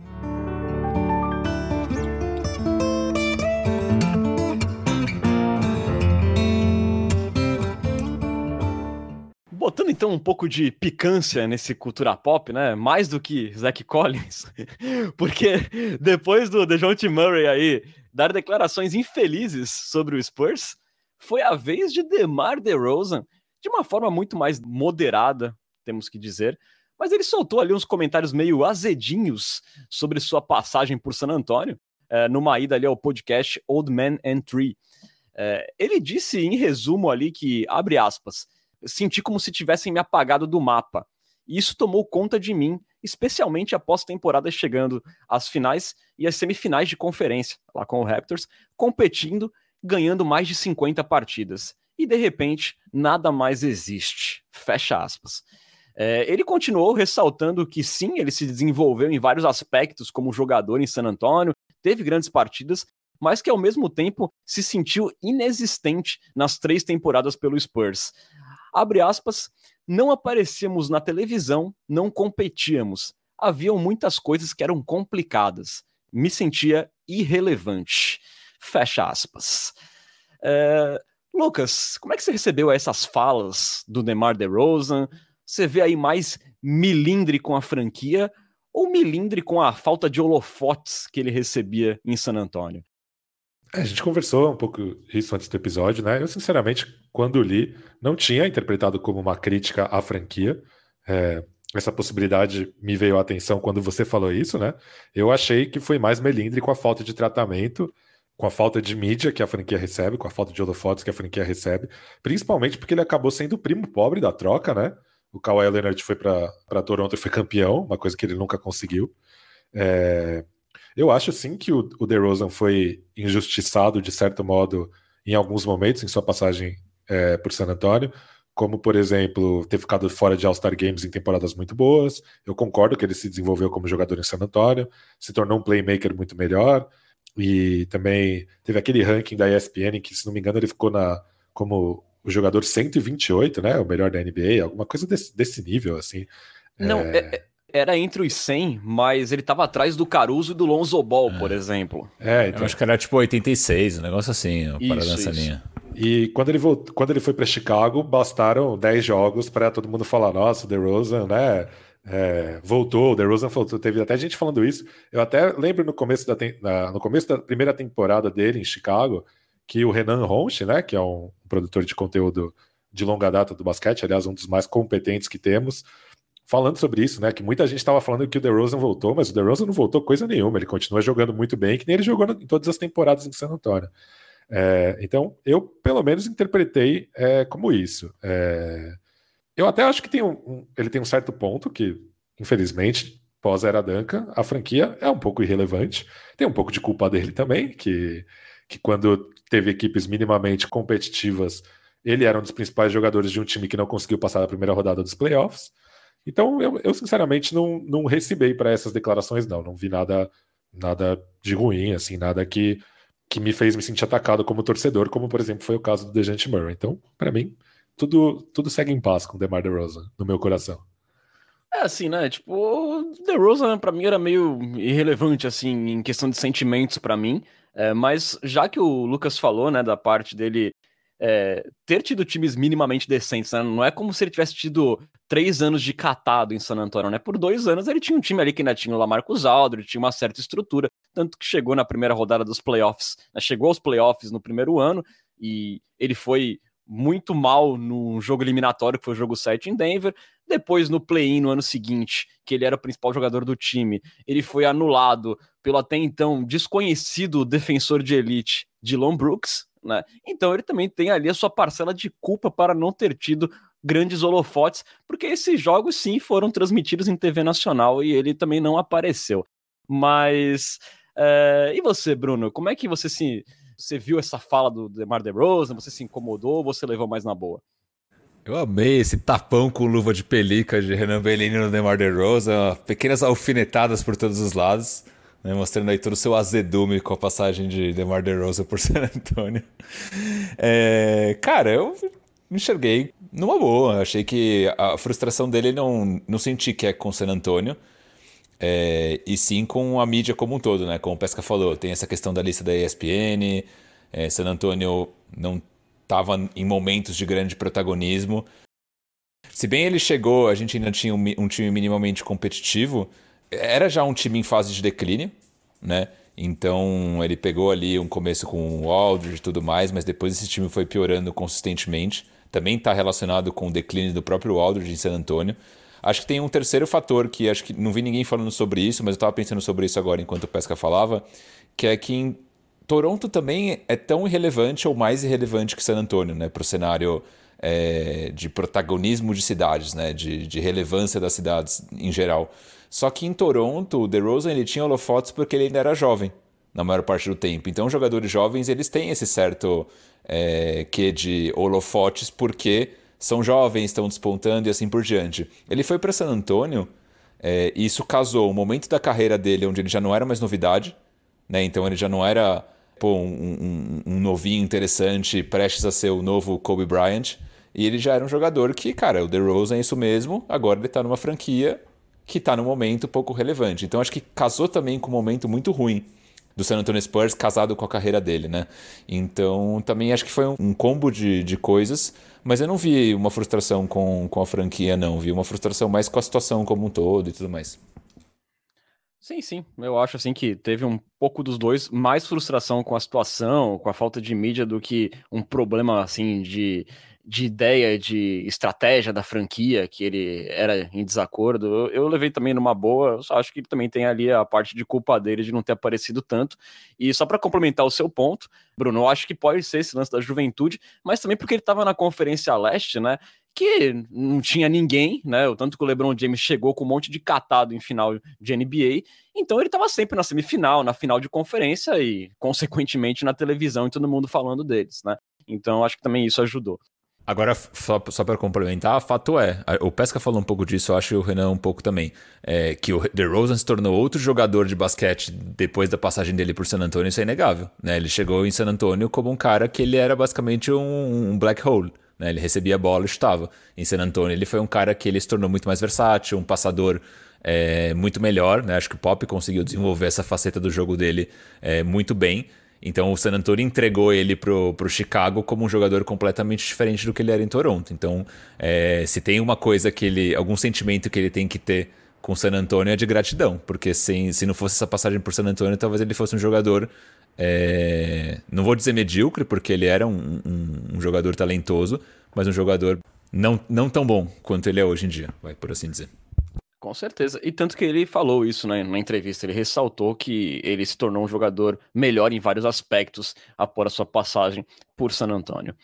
Speaker 1: Botando então um pouco de picância nesse cultura pop, né? Mais do que Zach Collins, porque depois do DeJounte Murray aí dar declarações infelizes sobre o Spurs, foi a vez de DeMar DeRozan, de uma forma muito mais moderada, temos que dizer, mas ele soltou ali uns comentários meio azedinhos sobre sua passagem por San Antonio, é, numa ida ali ao podcast Old Man and Tree. É, ele disse em resumo ali que, abre aspas, senti como se tivessem me apagado do mapa. E isso tomou conta de mim, especialmente após a temporada chegando às finais e às semifinais de conferência, lá com o Raptors, competindo, ganhando mais de cinquenta partidas. E, de repente, nada mais existe. Fecha aspas. É, ele continuou ressaltando que, sim, ele se desenvolveu em vários aspectos como jogador em San Antonio, teve grandes partidas, mas que, ao mesmo tempo, se sentiu inexistente nas três temporadas pelo Spurs. Abre aspas, não aparecíamos na televisão, não competíamos. Haviam muitas coisas que eram complicadas. Me sentia irrelevante. Fecha aspas. É... Lucas, como é que você recebeu essas falas do DeMar DeRozan? Você vê aí mais milindre com a franquia ou milindre com a falta de holofotes que ele recebia em San Antonio?
Speaker 3: A gente conversou um pouco isso antes do episódio, né? Eu, sinceramente, quando li, não tinha interpretado como uma crítica à franquia. É, essa possibilidade me veio à atenção quando você falou isso, né? Eu achei que foi mais melindre com a falta de tratamento, com a falta de mídia que a franquia recebe, com a falta de holofotes que a franquia recebe, principalmente porque ele acabou sendo o primo pobre da troca, né? O Kawhi Leonard foi para Toronto e foi campeão, uma coisa que ele nunca conseguiu. É... Eu acho sim que o, o DeRozan foi injustiçado, de certo modo, em alguns momentos em sua passagem é, por San Antonio, como, por exemplo, ter ficado fora de All-Star Games em temporadas muito boas. Eu concordo que ele se desenvolveu como jogador em San Antonio, se tornou um playmaker muito melhor, E também teve aquele ranking da E S P N que, se não me engano, ele ficou na, como o jogador cento e vinte e oito, né? O melhor da N B A, alguma coisa desse, desse nível, assim.
Speaker 1: Não,
Speaker 3: é...
Speaker 1: É, era entre os cem, mas ele tava atrás do Caruso e do Lonzo Ball, é. por exemplo.
Speaker 3: É, então...
Speaker 2: Eu acho que era tipo oitenta e seis, um negócio assim, uma parada nessa linha.
Speaker 3: E quando ele, voltou, quando ele foi para Chicago, bastaram dez jogos para todo mundo falar, nossa, o DeRozan, né? É, voltou, o DeRozan voltou. Teve até gente falando isso. Eu até lembro no começo da, na, no começo da primeira temporada dele em Chicago, que o Renan Ronchi, né, que é um produtor de conteúdo de longa data do basquete, aliás, um dos mais competentes que temos, falando sobre isso, né, que muita gente estava falando que o DeRozan voltou, mas o DeRozan não voltou coisa nenhuma, ele continua jogando muito bem, que nem ele jogou em todas as temporadas em San Antonio. É, então, eu pelo menos interpretei é, como isso. É, eu até acho que tem um, um, ele tem um certo ponto que, infelizmente, pós-era Duncan, a franquia é um pouco irrelevante. Tem um pouco de culpa dele também, que, que quando teve equipes minimamente competitivas, ele era um dos principais jogadores de um time que não conseguiu passar a primeira rodada dos playoffs. Então, eu, eu sinceramente não, não recebi para essas declarações, não. Não vi nada, nada de ruim, assim, nada que que me fez me sentir atacado como torcedor, como, por exemplo, foi o caso do DeJounte Murray. Então, para mim, tudo, tudo segue em paz com o DeMar DeRozan, no meu coração.
Speaker 1: É assim, né, tipo, o DeRozan pra mim era meio irrelevante, assim, em questão de sentimentos pra mim, é, mas já que o Lucas falou, né, da parte dele é, ter tido times minimamente decentes, né, não é como se ele tivesse tido três anos de catado em San Antonio, né, por dois anos ele tinha um time ali que ainda tinha o LaMarcus Aldridge, tinha uma certa estrutura, tanto que chegou na primeira rodada dos playoffs, né, chegou aos playoffs no primeiro ano, e ele foi muito mal no jogo eliminatório, que foi o jogo sete em Denver. Depois, no play-in, no ano seguinte, que ele era o principal jogador do time, ele foi anulado pelo até então desconhecido defensor de elite Dillon Brooks, né? Então ele também tem ali a sua parcela de culpa para não ter tido grandes holofotes, porque esses jogos sim foram transmitidos em T V nacional e ele também não apareceu. Mas é... e você, Bruno? Como é que você se você viu essa fala do DeMar DeRozan? Você se incomodou ou você levou mais na boa?
Speaker 2: Eu amei esse tapão com luva de pelica de Renan Bellini no DeMar DeRozan, pequenas alfinetadas por todos os lados, né, mostrando aí todo o seu azedume com a passagem de DeMar DeRozan por San Antonio. É, cara, eu me enxerguei numa boa. Achei que a frustração dele não, não senti que é com San Antonio, é, e sim com a mídia como um todo, né? Como o Pesca falou, tem essa questão da lista da E S P N, é, San Antonio não estava em momentos de grande protagonismo. Se bem ele chegou, a gente ainda tinha um, um time minimamente competitivo, era já um time em fase de declínio, né? Então ele pegou ali um começo com o Aldridge e tudo mais, mas depois esse time foi piorando consistentemente. Também está relacionado com o declínio do próprio Aldridge em San Antonio. Acho que tem um terceiro fator que acho que não vi ninguém falando sobre isso, mas eu estava pensando sobre isso agora enquanto o Pesca falava, que é que em Toronto também é tão irrelevante ou mais irrelevante que San Antonio, né, para o cenário é, de protagonismo de cidades, né, de, de relevância das cidades em geral. Só que em Toronto, o DeRozan ele tinha holofotes porque ele ainda era jovem, na maior parte do tempo. Então, jogadores jovens eles têm esse certo é, quê de holofotes porque são jovens, estão despontando e assim por diante. Ele foi para San Antonio é, e isso casou o momento da carreira dele onde ele já não era mais novidade, né, então ele já não era pô, um, um, um novinho interessante, prestes a ser o novo Kobe Bryant, e ele já era um jogador que, cara, o DeRozan é isso mesmo, agora ele tá numa franquia que tá num momento pouco relevante. Então acho que casou também com um momento muito ruim do San Antonio Spurs, casado com a carreira dele, né? Então também acho que foi um, um combo de, de coisas, mas eu não vi uma frustração com, com a franquia, não. Vi uma frustração mais com a situação como um todo e tudo mais.
Speaker 1: Sim, sim. Eu acho assim que teve um pouco dos dois, mais frustração com a situação, com a falta de mídia do que um problema assim de, de ideia, de estratégia da franquia, que ele era em desacordo. Eu, eu levei também numa boa, eu só acho que também tem ali a parte de culpa dele de não ter aparecido tanto. E só para complementar o seu ponto, Bruno, eu acho que pode ser esse lance da juventude, mas também porque ele estava na Conferência Leste, né? Que não tinha ninguém, né? O tanto que o LeBron James chegou com um monte de catado em final de N B A, então ele estava sempre na semifinal, na final de conferência e, consequentemente, na televisão e todo mundo falando deles, né? Então acho que também isso ajudou.
Speaker 2: Agora, só, só para complementar, fato é, o Pesca falou um pouco disso, eu acho, e o Renan um pouco também, é, que o DeRozan se tornou outro jogador de basquete depois da passagem dele por San Antonio, isso é inegável, né? Ele chegou em San Antonio como um cara que ele era basicamente um, um black hole, né? Ele recebia a bola e chutava. Em San Antonio ele foi um cara que ele se tornou muito mais versátil, um passador é, muito melhor, né? Acho que o Pop conseguiu desenvolver essa faceta do jogo dele é, muito bem. Então o San Antonio entregou ele pro, pro Chicago como um jogador completamente diferente do que ele era em Toronto. Então, é, se tem uma coisa que ele, algum sentimento que ele tem que ter com o San Antonio é de gratidão, porque sem, se não fosse essa passagem por San Antonio, talvez ele fosse um jogador, é, não vou dizer medíocre, porque ele era um, um, um jogador talentoso, mas um jogador não, não tão bom quanto ele é hoje em dia, vai por assim dizer.
Speaker 1: Com certeza. E tanto que ele falou isso, né, na entrevista. Ele ressaltou que ele se tornou um jogador melhor em vários aspectos após a sua passagem por San Antonio.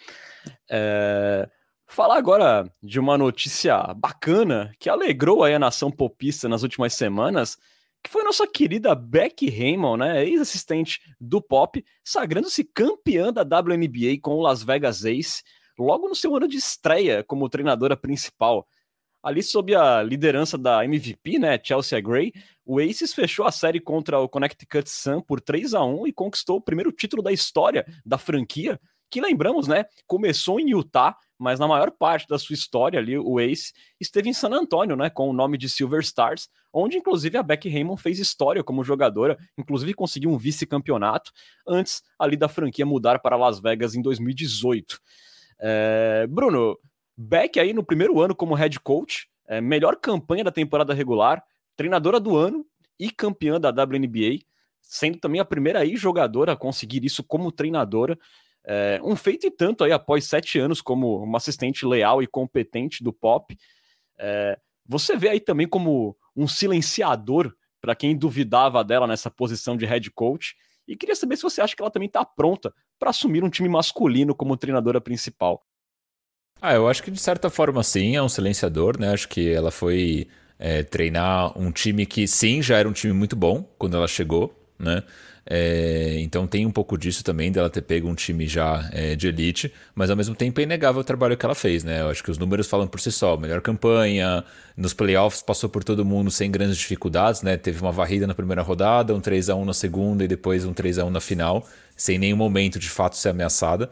Speaker 1: É... Falar agora de uma notícia bacana que alegrou aí a nação popista nas últimas semanas, que foi nossa querida Becky Hammon, né, ex-assistente do Pop, sagrando-se campeã da W N B A com o Las Vegas Ace, logo no seu ano de estreia como treinadora principal. Ali sob a liderança da M V P, né, Chelsea Gray, o Aces fechou a série contra o Connecticut Sun por três a um e conquistou o primeiro título da história da franquia, que lembramos, né, começou em Utah, mas na maior parte da sua história ali, o Ace esteve em San Antonio, né, com o nome de Silver Stars, onde inclusive a Becky Hammon fez história como jogadora, inclusive conseguiu um vice-campeonato, antes ali da franquia mudar para Las Vegas em dois mil e dezoito. É... Bruno, Beck aí no primeiro ano como head coach, é, melhor campanha da temporada regular, treinadora do ano e campeã da W N B A, sendo também a primeira aí jogadora a conseguir isso como treinadora. É, um feito e tanto aí após sete anos como uma assistente leal e competente do Pop. É, você vê aí também como um silenciador para quem duvidava dela nessa posição de head coach. E queria saber se você acha que ela também está pronta para assumir um time masculino como treinadora principal.
Speaker 2: Ah, eu acho que de certa forma sim, é um silenciador, né? Acho que ela foi é, treinar um time que sim, já era um time muito bom quando ela chegou, né? É, então tem um pouco disso também, dela ter pego um time já é, de elite, mas ao mesmo tempo é inegável o trabalho que ela fez, né? Eu acho que os números falam por si só, melhor campanha, nos playoffs passou por todo mundo sem grandes dificuldades, né? Teve uma varrida na primeira rodada, um três a um na segunda e depois um três a um na final, sem nenhum momento de fato ser ameaçada.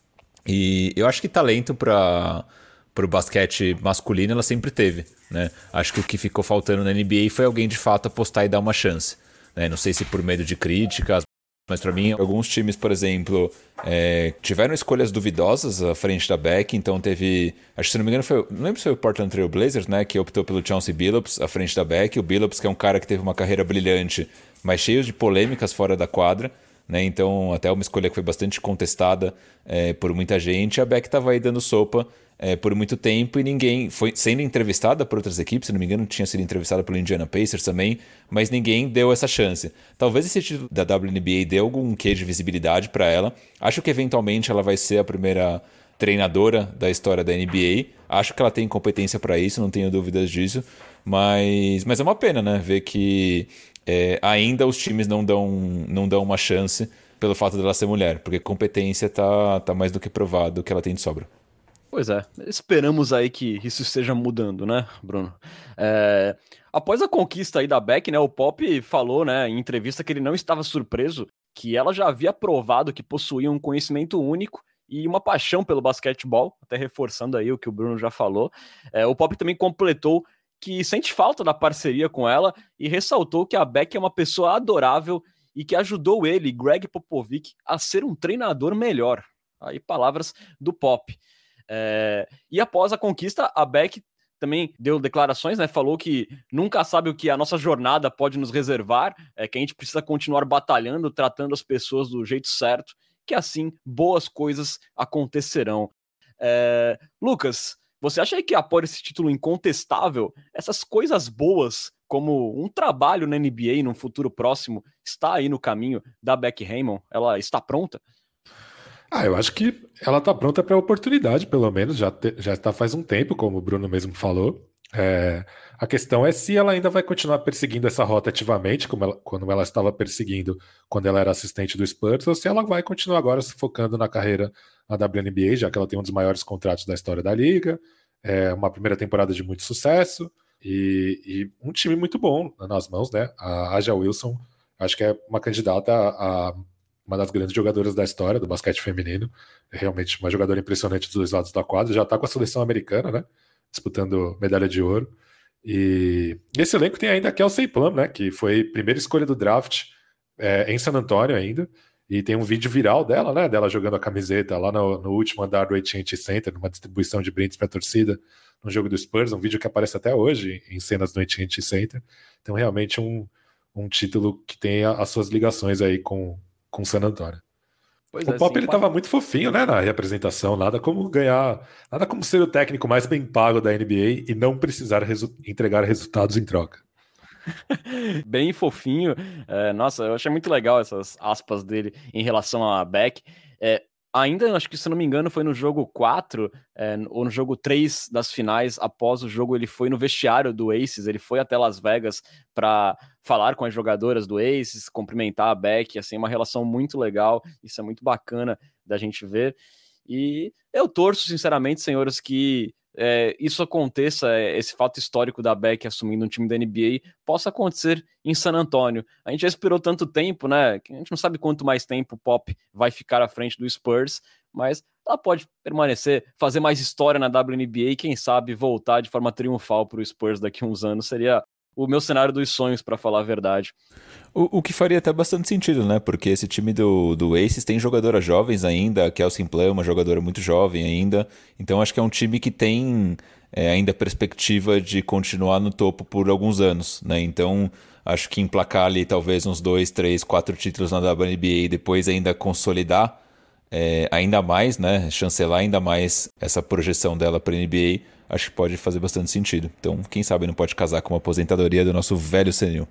Speaker 2: E eu acho que talento para o basquete masculino ela sempre teve, né? Acho que o que ficou faltando na N B A foi alguém de fato apostar e dar uma chance, né? Não sei se por medo de críticas, mas para mim alguns times, por exemplo, é, tiveram escolhas duvidosas à frente da Beck, então teve, acho que se não me engano foi, não lembro se foi o Portland Trail Blazers, né, que optou pelo Chauncey Billups à frente da Beck. O Billups que é um cara que teve uma carreira brilhante, mas cheio de polêmicas fora da quadra, né? Então, até uma escolha que foi bastante contestada é, por muita gente. A Beck estava aí dando sopa é, por muito tempo e ninguém foi sendo entrevistada por outras equipes. Se não me engano, tinha sido entrevistada pelo Indiana Pacers também, mas ninguém deu essa chance. Talvez esse título da W N B A dê algum quê de visibilidade para ela. Acho que eventualmente ela vai ser a primeira treinadora da história da N B A. Acho que ela tem competência para isso, não tenho dúvidas disso. Mas, mas é uma pena, né? Ver que É, ainda os times não dão, não dão uma chance pelo fato dela ser mulher, porque competência tá, tá mais do que provado que ela tem de sobra.
Speaker 1: Pois é, esperamos aí que isso esteja mudando, né, Bruno? É, após a conquista aí da Beck, né, o Pop falou, né, em entrevista que ele não estava surpreso, que ela já havia provado que possuía um conhecimento único e uma paixão pelo basquetebol, até reforçando aí o que o Bruno já falou. É, o Pop também completou que sente falta da parceria com ela e ressaltou que a Beck é uma pessoa adorável e que ajudou ele, Greg Popovich, a ser um treinador melhor. Aí palavras do Pop. É... E após a conquista, a Beck também deu declarações, né? Falou que nunca sabe o que a nossa jornada pode nos reservar, é que a gente precisa continuar batalhando, tratando as pessoas do jeito certo, que assim boas coisas acontecerão. É... Lucas, você acha que após esse título incontestável, essas coisas boas, como um trabalho na N B A num futuro próximo, está aí no caminho da Becky Hammon? Ela está pronta?
Speaker 3: Ah, eu acho que ela está pronta para a oportunidade, pelo menos, já, te, já está faz um tempo, como o Bruno mesmo falou. É, a questão é se ela ainda vai continuar perseguindo essa rota ativamente, como ela, quando ela estava perseguindo quando ela era assistente do Spurs, ou se ela vai continuar agora se focando na carreira na W N B A, já que ela tem um dos maiores contratos da história da liga, é uma primeira temporada de muito sucesso e, e um time muito bom nas mãos, né? A A'ja Wilson, acho que é uma candidata a, a uma das grandes jogadoras da história do basquete feminino, é realmente uma jogadora impressionante dos dois lados da quadra, já está com a seleção americana, né? Disputando medalha de ouro. E esse elenco tem ainda a Kelsey Plum, né, que foi primeira escolha do draft é, em San Antonio ainda, e tem um vídeo viral dela, né, dela jogando a camiseta lá no, no último andar do A T and T Center, numa distribuição de brindes para a torcida no jogo do Spurs, um vídeo que aparece até hoje em cenas do A T and T Center. Então realmente um, um título que tem as suas ligações aí com, com San Antonio.
Speaker 1: Pois
Speaker 3: O
Speaker 1: é,
Speaker 3: Pop
Speaker 1: sim,
Speaker 3: ele tava muito fofinho, né, na representação, nada como ganhar, nada como ser o técnico mais bem pago da N B A e não precisar resu- entregar resultados em troca.
Speaker 1: bem fofinho. É, nossa, eu achei muito legal essas aspas dele em relação a Beck. É, ainda, acho que se não me engano, foi no jogo quatro é, ou no jogo três das finais. Após o jogo, ele foi no vestiário do Aces, ele foi até Las Vegas para falar com as jogadoras do Aces, cumprimentar a Beck, assim, uma relação muito legal. Isso é muito bacana da gente ver. E eu torço, sinceramente, senhores, que é, isso aconteça, esse fato histórico da Beck assumindo um time da N B A possa acontecer em San Antonio. A gente já esperou tanto tempo, né? Que a gente não sabe quanto mais tempo o Pop vai ficar à frente do Spurs, mas ela pode permanecer, fazer mais história na W N B A e quem sabe voltar de forma triunfal para o Spurs daqui a uns anos. Seria o meu cenário dos sonhos, para falar a verdade.
Speaker 2: O, o que faria até bastante sentido, né? Porque esse time do, do Aces tem jogadoras jovens ainda, a Kelsey Plum é uma jogadora muito jovem ainda, então acho que é um time que tem é, ainda perspectiva de continuar no topo por alguns anos, né? Então acho que emplacar ali talvez uns dois, três, quatro títulos na W N B A e depois ainda consolidar é, ainda mais, né? Chancelar ainda mais essa projeção dela para a N B A, acho que pode fazer bastante sentido. Então, quem sabe não pode casar com uma aposentadoria do nosso velho senil.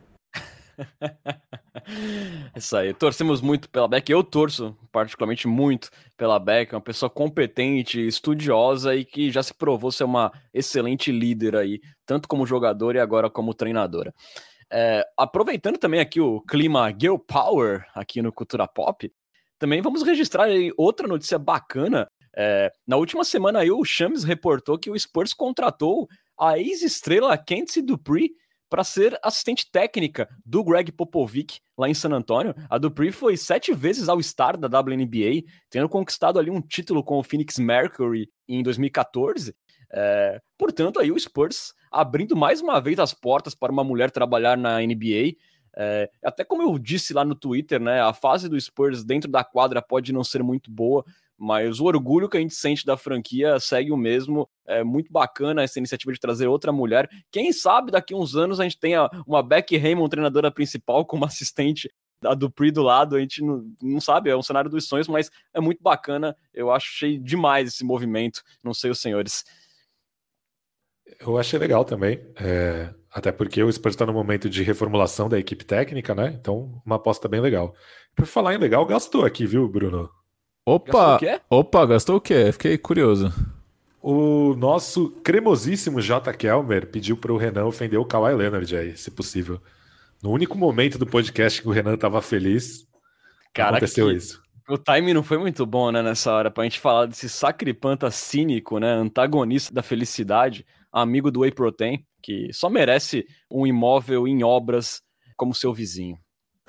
Speaker 1: Isso aí, torcemos muito pela Beck, eu torço particularmente muito pela Beck, uma pessoa competente, estudiosa e que já se provou ser uma excelente líder aí, tanto como jogadora e agora como treinadora. É, aproveitando também aqui o clima Girl Power aqui no Cultura Pop, também vamos registrar aí outra notícia bacana. É, na última semana aí o Shams reportou que o Spurs contratou a ex-estrela Kenzie Dupree para ser assistente técnica do Greg Popovich lá em San Antonio. A Dupree foi sete vezes All-Star da W N B A, tendo conquistado ali um título com o Phoenix Mercury em dois mil e catorze. É, portanto, aí o Spurs abrindo mais uma vez as portas para uma mulher trabalhar na N B A. É, até como eu disse lá no Twitter, né, a fase do Spurs dentro da quadra pode não ser muito boa, mas o orgulho que a gente sente da franquia segue o mesmo. É muito bacana essa iniciativa de trazer outra mulher. Quem sabe daqui a uns anos a gente tenha uma Becky Hammon, treinadora principal, como assistente da Dupree do lado. A gente não, não sabe, é um cenário dos sonhos, mas é muito bacana. Eu achei demais esse movimento. Não sei os senhores.
Speaker 3: Eu achei legal também, é, até porque o Spurs está no momento de reformulação da equipe técnica, né? Então, uma aposta bem legal. Por falar em legal, gastou aqui, viu, Bruno?
Speaker 2: Opa! Gastou o quê? Opa, gastou o quê? Fiquei curioso.
Speaker 3: O nosso cremosíssimo J. Kelmer pediu para o Renan ofender o Kawhi Leonard aí, se possível. No único momento do podcast que o Renan estava feliz,
Speaker 1: Cara,
Speaker 3: aconteceu
Speaker 1: que...
Speaker 3: isso.
Speaker 1: O timing não foi muito bom, né, nessa hora, pra gente falar desse sacripanta cínico, né, antagonista da felicidade, amigo do Whey Protein, que só merece um imóvel em obras como seu vizinho.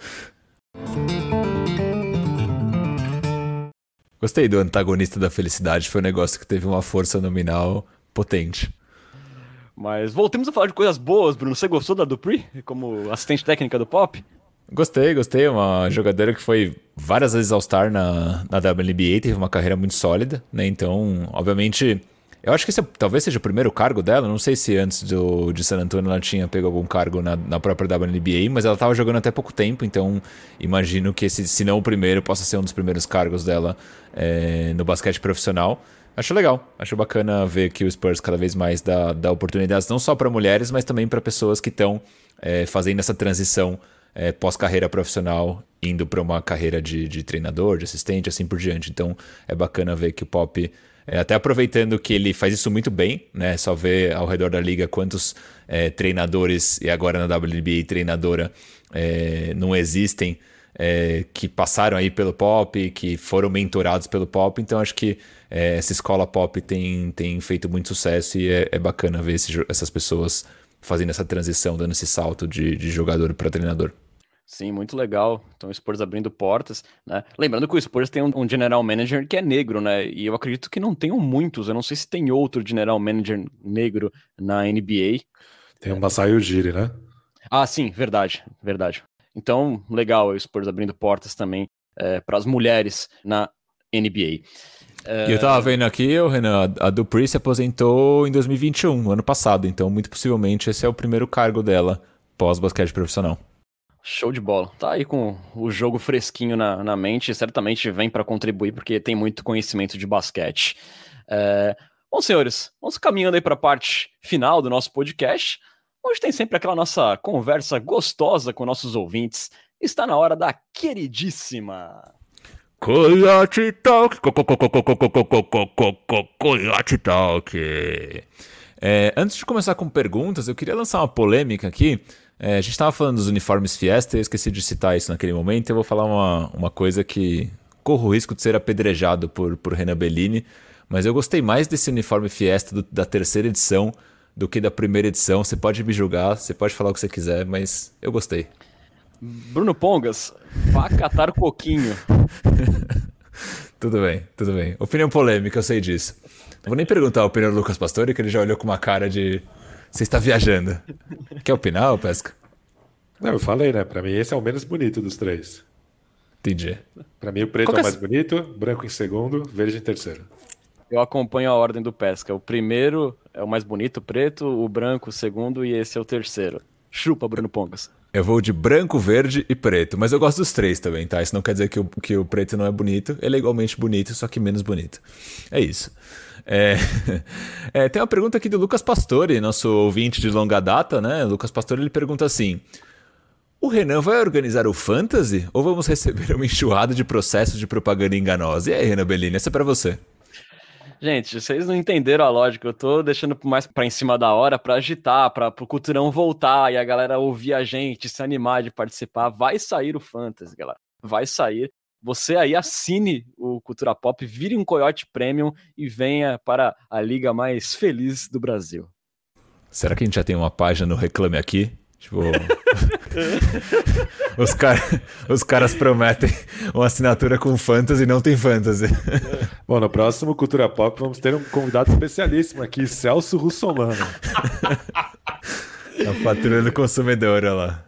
Speaker 2: Gostei do antagonista da felicidade, foi um negócio que teve uma força nominal potente.
Speaker 1: Mas voltemos a falar de coisas boas, Bruno. Você gostou da Dupree como assistente técnica do Pop?
Speaker 2: Gostei, gostei. Uma jogadora que foi várias vezes All-Star na, na W N B A, teve uma carreira muito sólida, né? Então, obviamente, eu acho que esse é, talvez seja o primeiro cargo dela. Não sei se antes do, de San Antonio ela tinha pego algum cargo na, na própria W N B A, mas ela estava jogando até pouco tempo, então imagino que esse, se não o primeiro, possa ser um dos primeiros cargos dela é, no basquete profissional. Acho legal, acho bacana ver que o Spurs cada vez mais dá, dá oportunidades não só para mulheres, mas também para pessoas que estão é, fazendo essa transição É, pós-carreira profissional, indo para uma carreira de, de treinador, de assistente, assim por diante. Então é bacana ver que o Pop É, até aproveitando que ele faz isso muito bem, né? Só ver ao redor da liga quantos é, treinadores, e agora na W N B A treinadora, é, não existem, é, que passaram aí pelo Pop, que foram mentorados pelo Pop. Então acho que é, essa escola Pop tem, tem feito muito sucesso e é, é bacana ver esse, essas pessoas fazendo essa transição, dando esse salto de, de jogador para treinador.
Speaker 1: Sim, muito legal. Então o Spurs abrindo portas, né? Lembrando que o Spurs tem um, um general manager que é negro, né? E eu acredito que não tenham muitos. Eu não sei se tem outro general manager negro na N B A.
Speaker 3: Tem o Masai Ujiri, né?
Speaker 1: Ah, sim, verdade, verdade. Então, legal o Spurs abrindo portas também é, para as mulheres na N B A.
Speaker 2: É... E eu tava vendo aqui, Renan, a Dupree se aposentou em dois mil e vinte e um, ano passado. Então, muito possivelmente, esse é o primeiro cargo dela pós-basquete profissional.
Speaker 1: Show de bola. Tá aí com o jogo fresquinho na, na mente, certamente vem para contribuir porque tem muito conhecimento de basquete. É... Bom, senhores, vamos caminhando aí para a parte final do nosso podcast. Hoje tem sempre aquela nossa conversa gostosa com nossos ouvintes. Está na hora da queridíssima
Speaker 2: Coyote Talk. Coyote Talk. É, antes de começar com perguntas, eu queria lançar uma polêmica aqui. É, a gente estava falando dos uniformes Fiesta, eu esqueci de citar isso naquele momento. Eu vou falar uma, uma coisa que corro o risco de ser apedrejado por, por Renan Bellini, mas eu gostei mais desse uniforme Fiesta do, da terceira edição do que da primeira edição. Você pode me julgar, você pode falar o que você quiser, mas eu gostei.
Speaker 1: Bruno Pongas, vá catar coquinho.
Speaker 2: Tudo bem, tudo bem. Opinião polêmica, eu sei disso. Não vou nem perguntar a opinião do Lucas Pastore, que ele já olhou com uma cara de... Você está viajando. Quer opinar, Pesca?
Speaker 3: Não, eu falei, né? Pra mim esse é o menos bonito dos três.
Speaker 2: Entendi.
Speaker 3: Pra mim o preto é o mais bonito, branco em segundo, verde em terceiro.
Speaker 1: Eu acompanho a ordem do Pesca. O primeiro é o mais bonito, o preto, o branco o segundo e esse é o terceiro. Chupa, Bruno Pongas.
Speaker 2: Eu vou de branco, verde e preto, mas eu gosto dos três também, tá? Isso não quer dizer que o, que o preto não é bonito, ele é igualmente bonito, só que menos bonito. É isso. É... É, tem uma pergunta aqui do Lucas Pastore, nosso ouvinte de longa data, né? Lucas Pastore, ele pergunta assim: o Renan vai organizar o Fantasy ou vamos receber uma enxurrada de processos de propaganda enganosa? E aí, Renan Bellini, essa é pra você.
Speaker 1: Gente, vocês não entenderam a lógica, eu tô deixando mais pra em cima da hora pra agitar, pra pro culturão voltar e a galera ouvir a gente, se animar de participar. Vai sair o Fantasy, galera, vai sair. Você aí assine o Cultura Pop, vire um Coyote Premium e venha para a liga mais feliz do Brasil.
Speaker 2: Será que a gente já tem uma página no Reclame Aqui? Tipo... os, cara... os caras prometem uma assinatura com Fantasy e não tem Fantasy.
Speaker 3: Bom, no próximo Cultura Pop vamos ter um convidado especialíssimo aqui, Celso Russomano.
Speaker 2: A patrulha do consumidor, olha lá.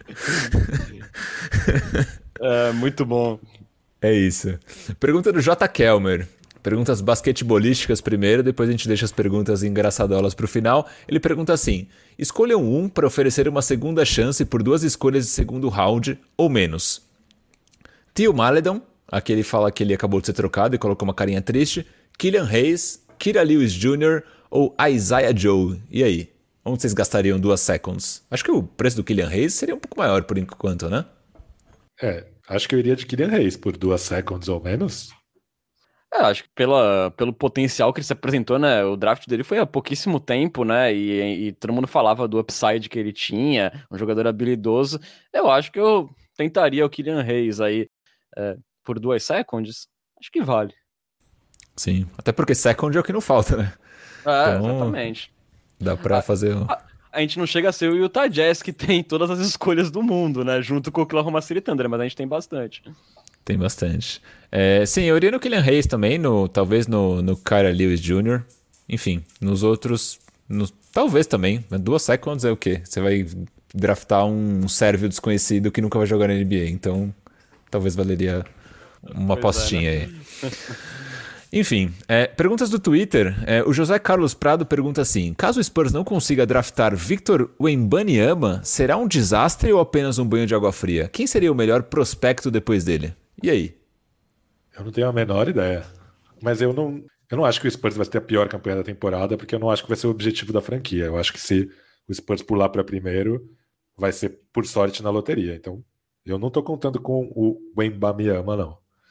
Speaker 1: É, muito bom.
Speaker 2: É isso. Pergunta do J. Kelmer. Perguntas basquetebolísticas primeiro, depois a gente deixa as perguntas engraçadolas pro final. Ele pergunta assim: escolham um para oferecer uma segunda chance por duas escolhas de segundo round ou menos. Theo Maledon, aqui ele fala que ele acabou de ser trocado e colocou uma carinha triste. Killian Hayes, Kira Lewis Júnior ou Isaiah Joe. E aí? Onde vocês gastariam duas seconds? Acho que o preço do Killian Hayes seria um pouco maior por enquanto, né?
Speaker 3: É, acho que eu iria de Killian Hayes por duas seconds ou menos.
Speaker 1: É, acho que pela, pelo potencial que ele se apresentou, né? O draft dele foi há pouquíssimo tempo, né? E, e todo mundo falava do upside que ele tinha, um jogador habilidoso. Eu acho que eu tentaria o Killian Hayes aí é, por duas seconds. Acho que vale.
Speaker 2: Sim, até porque second é o que não falta, né?
Speaker 1: É, então, exatamente.
Speaker 2: Dá pra a, fazer... Um...
Speaker 1: A, a gente não chega a ser o Utah Jazz, que tem todas as escolhas do mundo, né? Junto com o Oklahoma City Thunder, mas a gente tem bastante.
Speaker 2: Tem bastante. É, sim, eu iria no Killian Hayes também, no, talvez no, no Kira Lewis Júnior Enfim, nos outros, no, talvez também. Duas seconds é o quê? Você vai draftar um sérvio desconhecido que nunca vai jogar na N B A, então talvez valeria uma pois apostinha é, né? aí. Enfim, é, perguntas do Twitter. É, o José Carlos Prado pergunta assim: caso o Spurs não consiga draftar Victor Wembanyama, será um desastre ou apenas um banho de água fria? Quem seria o melhor prospecto depois dele? E aí?
Speaker 3: Eu não tenho a menor ideia. Mas eu não, eu não acho que o Spurs vai ter a pior campanha da temporada, porque eu não acho que vai ser o objetivo da franquia. Eu acho que se o Spurs pular para primeiro, vai ser por sorte na loteria. Então, eu não tô contando com o Wembanyama, não.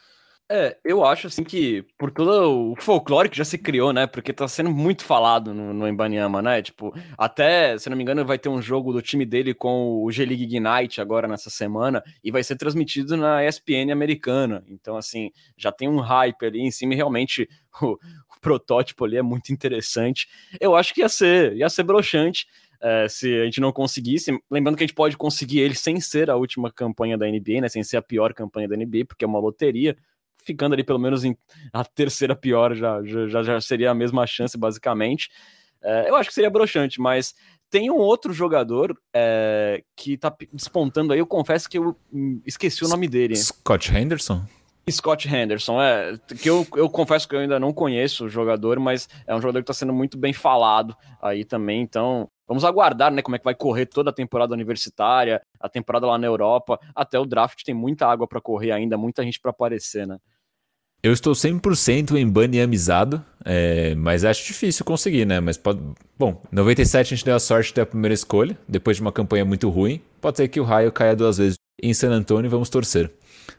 Speaker 1: É, eu acho assim que por todo o folclore que já se criou, né? Porque tá sendo muito falado no, no Wembanyama, né? Tipo, até, se não me engano, vai ter um jogo do time dele com o G-League Ignite agora nessa semana e vai ser transmitido na E S P N americana. Então, assim, já tem um hype ali em cima e realmente o, o protótipo ali é muito interessante. Eu acho que ia ser, ia ser broxante. É, se a gente não conseguisse, lembrando que a gente pode conseguir ele sem ser a última campanha da N B A, né? Sem ser a pior campanha da N B A, porque é uma loteria. Ficando ali pelo menos em a terceira pior já, já, já seria a mesma chance, basicamente. É, eu acho que seria broxante, mas tem um outro jogador é, que tá despontando aí, eu confesso que eu esqueci o nome dele.
Speaker 2: Scott Henderson?
Speaker 1: Scott Henderson, é, que eu, eu confesso que eu ainda não conheço o jogador, mas é um jogador que está sendo muito bem falado aí também, então vamos aguardar, né, como é que vai correr toda a temporada universitária, a temporada lá na Europa, até o draft tem muita água para correr ainda, muita gente para aparecer, né.
Speaker 2: Eu estou cem por cento embaniamizado, é, mas acho difícil conseguir, né? Mas pode... Bom, em noventa e sete a gente deu a sorte de ter a primeira escolha, depois de uma campanha muito ruim. Pode ser que o raio caia duas vezes em San Antonio e vamos torcer.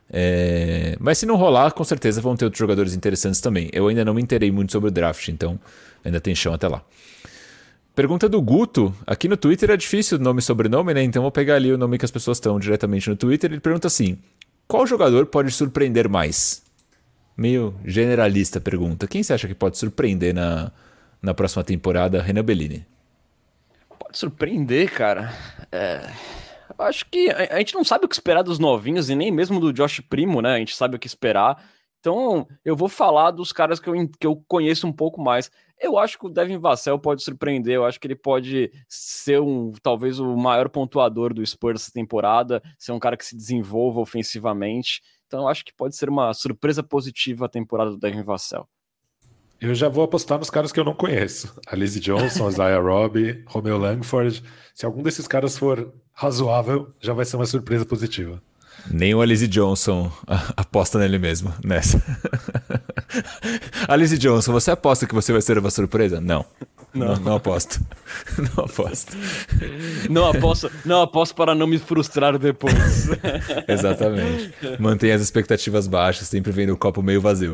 Speaker 2: É... Mas se não rolar, com certeza vão ter outros jogadores interessantes também. Eu ainda não me inteirei muito sobre o draft, então ainda tem chão até lá. Pergunta do Guto. Aqui no Twitter é difícil o nome e sobrenome, né? Então vou pegar ali o nome que as pessoas estão diretamente no Twitter. Ele pergunta assim: qual jogador pode surpreender mais? Meio generalista a pergunta. Quem você acha que pode surpreender na, na próxima temporada, Renan Bellini?
Speaker 1: Pode surpreender, cara. É... Eu acho que a, a gente não sabe o que esperar dos novinhos e nem mesmo do Josh Primo, né? A gente sabe o que esperar. Então eu vou falar dos caras que eu, que eu conheço um pouco mais. Eu acho que o Devin Vassell pode surpreender. Eu acho que ele pode ser um, talvez o maior pontuador do Spurs essa temporada, ser um cara que se desenvolva ofensivamente. Então eu acho que pode ser uma surpresa positiva a temporada do Devin Vassell.
Speaker 3: Eu já vou apostar nos caras que eu não conheço. A Lizzie Johnson, a Isaiah Robbie, Romeo Langford. Se algum desses caras for razoável, já vai ser uma surpresa positiva.
Speaker 2: Nem o Alize Johnson aposta nele mesmo, nessa. Alize Johnson, você aposta que você vai ser uma surpresa? Não. Não, não, não aposto. Não aposto.
Speaker 1: Não aposto, não aposto para não me frustrar depois.
Speaker 2: Exatamente. Mantém as expectativas baixas, sempre vendo o copo meio vazio.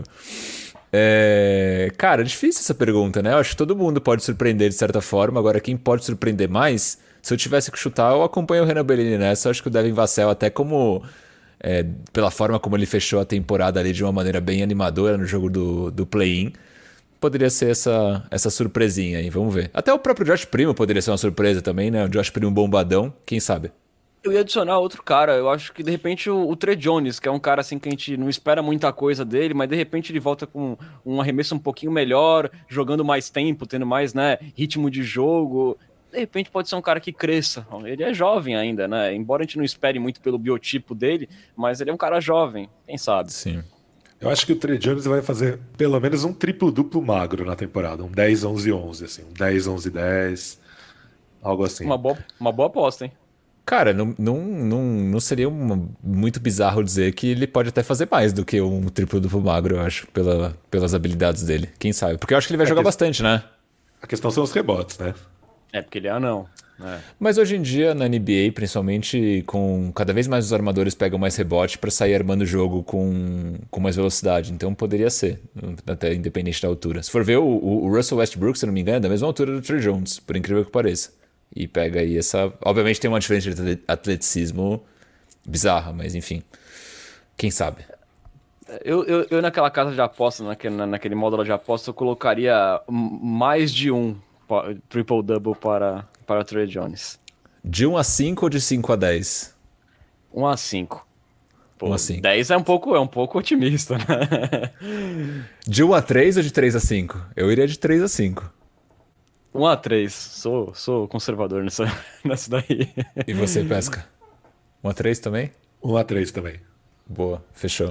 Speaker 2: É... Cara, é difícil essa pergunta, né? Eu acho que todo mundo pode surpreender de certa forma. Agora, quem pode surpreender mais? Se eu tivesse que chutar, eu acompanho o Renan Bellini nessa. Eu acho que o Devin Vassell, até como... É, pela forma como ele fechou a temporada ali de uma maneira bem animadora no jogo do, do play-in, poderia ser essa, essa surpresinha aí, vamos ver. Até o próprio Josh Primo poderia ser uma surpresa também, né? O Josh Primo bombadão, quem sabe?
Speaker 1: Eu ia adicionar outro cara, eu acho que de repente o, o Tre Jones, que é um cara assim que a gente não espera muita coisa dele, mas de repente ele volta com um arremesso um pouquinho melhor, jogando mais tempo, tendo mais, né, ritmo de jogo. De repente pode ser um cara que cresça. Ele é jovem ainda, né? Embora a gente não espere muito pelo biotipo dele, mas ele é um cara jovem, quem sabe?
Speaker 2: Sim.
Speaker 3: Eu acho que o Tre Jones vai fazer pelo menos um triplo-duplo magro na temporada. Um dez, onze, onze, assim. Um dez, onze, dez. Algo assim.
Speaker 1: Uma boa, uma boa aposta, hein?
Speaker 2: Cara, não, não, não, não seria uma, muito bizarro dizer que ele pode até fazer mais do que um triplo-duplo magro, eu acho, pela, pelas habilidades dele. Quem sabe? Porque eu acho que ele vai
Speaker 3: é
Speaker 2: jogar
Speaker 3: que...
Speaker 2: bastante, né?
Speaker 3: A questão são os rebotes, né?
Speaker 1: É, porque ele é anão. É.
Speaker 2: Mas hoje em dia, na N B A, principalmente, com cada vez mais os armadores pegam mais rebote para sair armando o jogo com, com mais velocidade. Então poderia ser, até independente da altura. Se for ver, o, o Russell Westbrook, se não me engano, é da mesma altura do Tre Jones, por incrível que pareça. E pega aí essa... Obviamente tem uma diferença de atleticismo bizarra, mas enfim. Quem sabe?
Speaker 1: Eu, eu, eu naquela casa de aposta, naquele, naquele módulo de aposta, eu colocaria mais de um triple-double para, para Tre Jones.
Speaker 2: De um a cinco ou de cinco a dez?
Speaker 1: um a cinco. Pô,
Speaker 2: um a cinco.
Speaker 1: dez é um pouco, é um pouco otimista, né?
Speaker 2: De um a três ou de três a cinco? Eu iria de três a cinco.
Speaker 1: um a três. Sou, sou conservador nessa, nessa daí.
Speaker 2: E você, Pesca? um a três também?
Speaker 3: um a três também.
Speaker 2: Boa, fechou.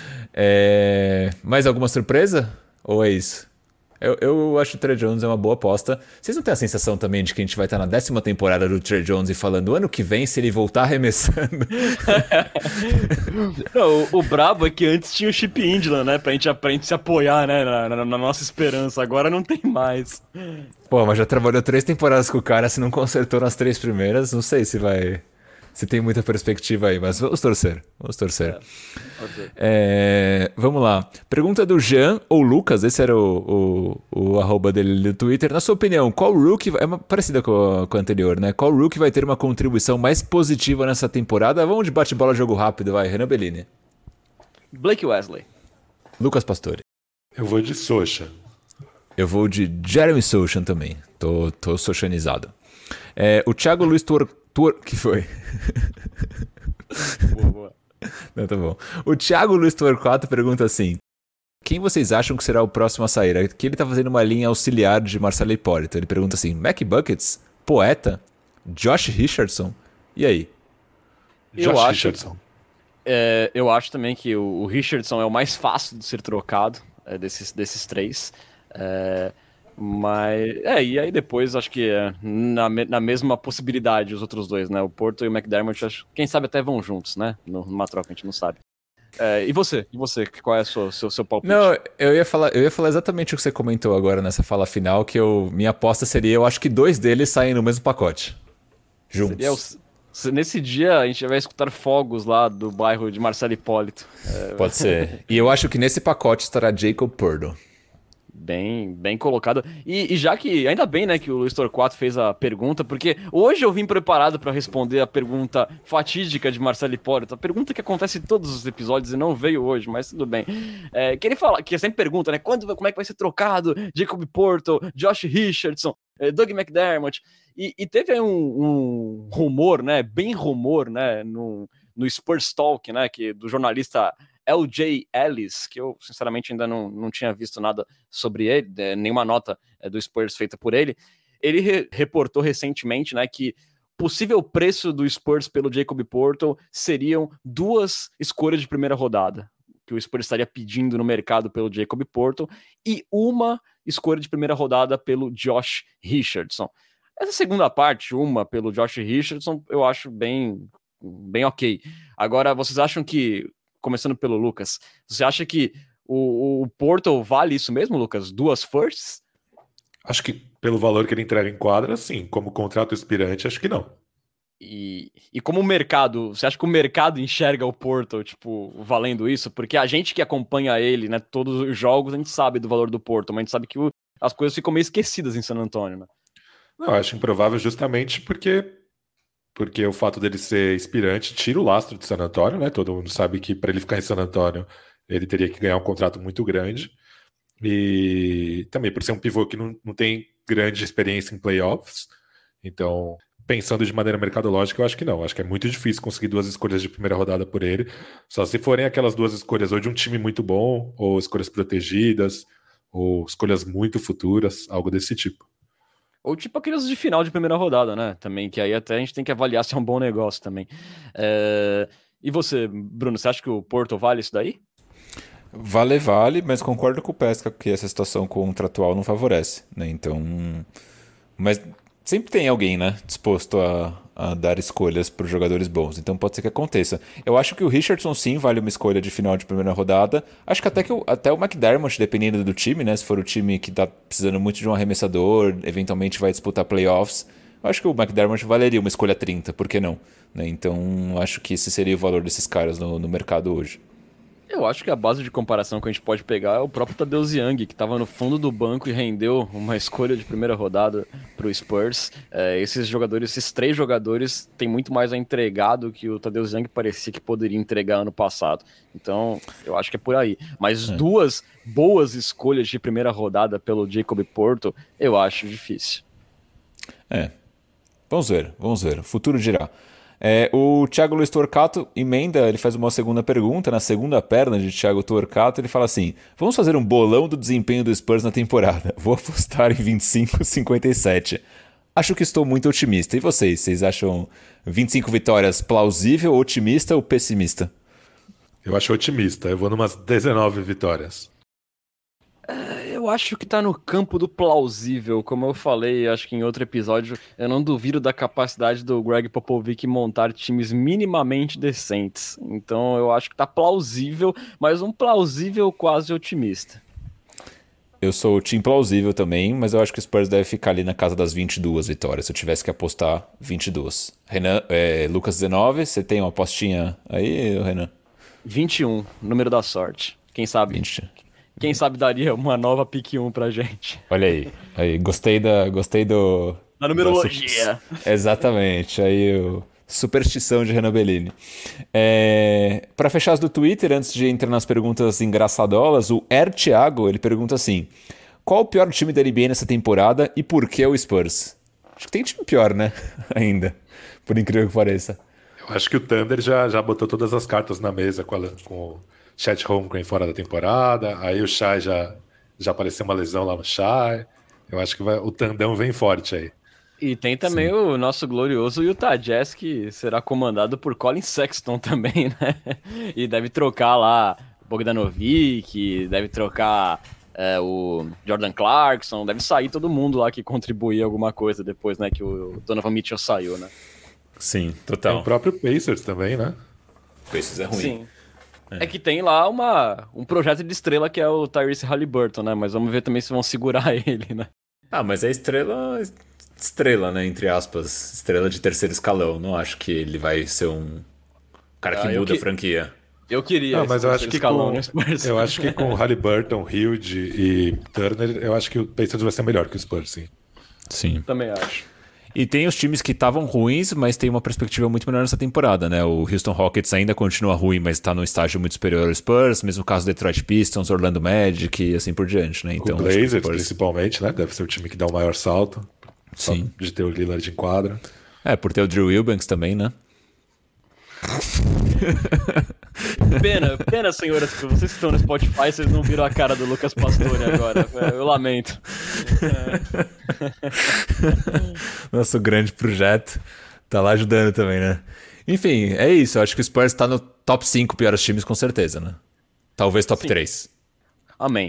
Speaker 2: É... Mais alguma surpresa? Ou é isso? Eu, eu acho que o Tre Jones é uma boa aposta. Vocês não têm a sensação também de que a gente vai estar na décima temporada do Tre Jones e falando ano que vem, se ele voltar arremessando?
Speaker 1: Não, o, o brabo é que antes tinha o Chip Indland, né? Pra gente, pra gente se apoiar, né? Na, na, na nossa esperança. Agora não tem mais.
Speaker 2: Pô, mas já trabalhou três temporadas com o cara, se não consertou nas três primeiras, não sei se vai... Você tem muita perspectiva aí, mas vamos torcer. Vamos torcer.
Speaker 1: É, okay.
Speaker 2: é, vamos lá. Pergunta do Jean ou Lucas, esse era o, o, o arroba dele do Twitter. Na sua opinião, qual rookie... É uma, parecida com a, com a anterior, né? Qual rookie vai ter uma contribuição mais positiva nessa temporada? Vamos de bate-bola, jogo rápido, vai. Renan Bellini.
Speaker 1: Blake Wesley.
Speaker 2: Lucas Pastore.
Speaker 3: Eu vou de Socha.
Speaker 2: Eu vou de Jeremy Sochan também. Tô, tô sochanizado. É, o Thiago Luiz Tor... Tor... que foi?
Speaker 1: Boa, boa.
Speaker 2: Não, tá bom. O Thiago Luiz Torquato pergunta assim: quem vocês acham que será o próximo a sair? Aqui ele tá fazendo uma linha auxiliar de Marcelo Hipólito. Ele pergunta assim: Mac Buckets? Poeta? Josh Richardson? E aí?
Speaker 1: Eu
Speaker 3: Josh
Speaker 1: acho,
Speaker 3: Richardson.
Speaker 1: É, eu acho também que o, o Richardson é o mais fácil de ser trocado é, desses, desses três. É, mas, é, e aí depois acho que é, na, na mesma possibilidade os outros dois, né? O Porto e o McDermott, acho, quem sabe até vão juntos, né? Numa troca, a gente não sabe. É, e você? E você? Qual é o seu, seu, seu palpite?
Speaker 2: Não, eu ia, falar, eu ia falar exatamente o que você comentou agora nessa fala final, que eu, minha aposta seria, eu acho que dois deles saem no mesmo pacote. Juntos.
Speaker 1: Seria o, nesse dia a gente vai escutar fogos lá do bairro de Marcelo Hipólito. É,
Speaker 2: Pode ser. E eu acho que nesse pacote estará Jacob Purdo.
Speaker 1: Bem, bem colocado. E, e já que, ainda bem, né, que o Luiz Torquato fez a pergunta, porque hoje eu vim preparado para responder a pergunta fatídica de Marcelo Hipólito, a pergunta que acontece em todos os episódios e não veio hoje, mas tudo bem. É, que ele fala, que sempre pergunta, né, quando, como é que vai ser trocado Jacob Porto, Josh Richardson, Doug McDermott, e, e teve aí um, um rumor, né, bem rumor, né, no, no Spurs Talk, né, que, do jornalista L J Ellis, que eu sinceramente ainda não, não tinha visto nada sobre ele, é, nenhuma nota é, do Spurs feita por ele. Ele re- reportou recentemente, né, que possível preço do Spurs pelo Jacob Porto seriam duas escolhas de primeira rodada, que o Spurs estaria pedindo no mercado pelo Jacob Porto, e uma escolha de primeira rodada pelo Josh Richardson. Essa segunda parte, uma pelo Josh Richardson, eu acho bem, bem ok. Agora, vocês acham que, começando pelo Lucas, você acha que o, o Porto vale isso mesmo, Lucas? Duas firsts?
Speaker 3: Acho que pelo valor que ele entrega em quadra, sim. Como contrato expirante, acho que não.
Speaker 1: E, e como o mercado, você acha que o mercado enxerga o Porto, tipo, valendo isso? Porque a gente que acompanha ele, né, todos os jogos, a gente sabe do valor do Porto, mas a gente sabe que o, as coisas ficam meio esquecidas em San Antonio, né?
Speaker 3: Não, eu acho improvável justamente porque porque o fato dele ser expirante tira o lastro de San Antonio, né? Todo mundo sabe que para ele ficar em San Antonio, ele teria que ganhar um contrato muito grande. E também por ser um pivô que não, não tem grande experiência em playoffs. Então, pensando de maneira mercadológica, eu acho que não. Acho que é muito difícil conseguir duas escolhas de primeira rodada por ele. Só se forem aquelas duas escolhas ou de um time muito bom, ou escolhas protegidas, ou escolhas muito futuras, algo desse tipo.
Speaker 1: Ou tipo aqueles de final de primeira rodada, né? Também, que aí até a gente tem que avaliar se é um bom negócio também. É... E você, Bruno, você acha que o Porto vale isso daí?
Speaker 2: Vale, vale, mas concordo com o Pesca que essa situação contratual não favorece, né? Então, mas sempre tem alguém, né, disposto a, a dar escolhas para os jogadores bons, então pode ser que aconteça. Eu acho que o Richardson sim vale uma escolha de final de primeira rodada. Acho que até, que o, até o McDermott, dependendo do time, né, se for o time que está precisando muito de um arremessador, eventualmente vai disputar playoffs, eu acho que o McDermott valeria uma escolha trinta, por que não? Né? Então, acho que esse seria o valor desses caras no, no mercado hoje.
Speaker 1: Eu acho que a base de comparação que a gente pode pegar é o próprio Tadeusz Young, que estava no fundo do banco e rendeu uma escolha de primeira rodada para o Spurs. É, esses jogadores, esses três jogadores, têm muito mais a entregar do que o Tadeusz Young parecia que poderia entregar ano passado. Então, eu acho que é por aí. Mas é. duas boas escolhas de primeira rodada pelo Jacob Porto, eu acho difícil.
Speaker 2: É. Vamos ver, vamos ver. O futuro dirá. É, o Thiago Luiz Torquato emenda, ele faz uma segunda pergunta, na segunda perna de Thiago Torquato, ele fala assim: vamos fazer um bolão do desempenho do Spurs na temporada. Vou apostar em vinte e cinco a cinquenta e sete. Acho que estou muito otimista. E vocês? Vocês acham vinte e cinco vitórias plausível, otimista ou pessimista?
Speaker 3: Eu acho otimista. Eu vou numas dezenove vitórias.
Speaker 1: Eu acho que tá no campo do plausível, como eu falei, acho que em outro episódio, eu não duvido da capacidade do Greg Popovich montar times minimamente decentes. Então eu acho que tá plausível, mas um plausível quase otimista.
Speaker 2: eu sou o time plausível também, mas eu acho que o Spurs deve ficar ali na casa das vinte e duas vitórias, se eu tivesse que apostar vinte e duas. Renan, é, Lucas dezenove, você tem uma apostinha aí, Renan?
Speaker 1: vinte e um, número da sorte. Quem sabe?
Speaker 2: vinte.
Speaker 1: Quem sabe daria uma nova pick um pra gente.
Speaker 2: Olha aí, aí gostei, da, gostei do...
Speaker 1: Da numerologia.
Speaker 2: Da, exatamente, aí o... Superstição de Renan Bellini. É, para fechar as do Twitter, antes de entrar nas perguntas engraçadolas, o Er Thiago, ele pergunta assim: qual o pior time da N B A nessa temporada e por que o Spurs? Acho que tem time pior, né? Ainda, por incrível que pareça.
Speaker 3: Eu acho que o Thunder já, já botou todas as cartas na mesa com, a, com o Chet Holmgren fora da temporada, aí o Shai já, já apareceu uma lesão lá no Shai. Eu acho que vai, o Tandão vem forte aí.
Speaker 1: E tem também Sim. o nosso glorioso Utah Jazz, que será comandado por Colin Sexton também, né? E deve trocar lá Bogdanovic, deve trocar é, o Jordan Clarkson, deve sair todo mundo lá que contribuir alguma coisa depois, né? Que o Donovan Mitchell saiu, né?
Speaker 2: Sim, total.
Speaker 3: Tem o próprio Pacers também, né?
Speaker 2: O Pacers é ruim.
Speaker 1: Sim. É. é que tem lá uma, um projeto de estrela que é o Tyrese Haliburton, né? Mas vamos ver também se vão segurar ele, né?
Speaker 2: Ah, mas é estrela... Estrela, né? Entre aspas. Estrela de terceiro escalão. Não acho que ele vai ser um cara que ah, muda que... a franquia.
Speaker 1: Eu queria.
Speaker 3: Não, mas eu acho que com, eu acho que com Haliburton, Hield e Turner, eu acho que o Pacers vai ser melhor que o Spurs, sim.
Speaker 2: Sim.
Speaker 1: Também acho.
Speaker 2: E tem os times que estavam ruins, mas tem uma perspectiva muito melhor nessa temporada, né? O Houston Rockets ainda continua ruim, mas está num estágio muito superior ao Spurs. Mesmo caso do Detroit Pistons, Orlando Magic e assim por diante, né? Então,
Speaker 3: o Blazers, o Spurs... principalmente, né? Deve ser o time que dá o maior salto. Só Sim. de ter o Lillard em quadra.
Speaker 2: É, por ter o Drew Eubanks também, né?
Speaker 1: Pena, pena, senhoras, que vocês que estão no Spotify, vocês não viram a cara do Lucas Pastore agora. Eu lamento.
Speaker 2: É. Nosso grande projeto tá lá ajudando também, né? Enfim, é isso. Eu acho que o Spurs tá no top cinco piores times, com certeza, né? Talvez top Sim. três.
Speaker 1: Amém.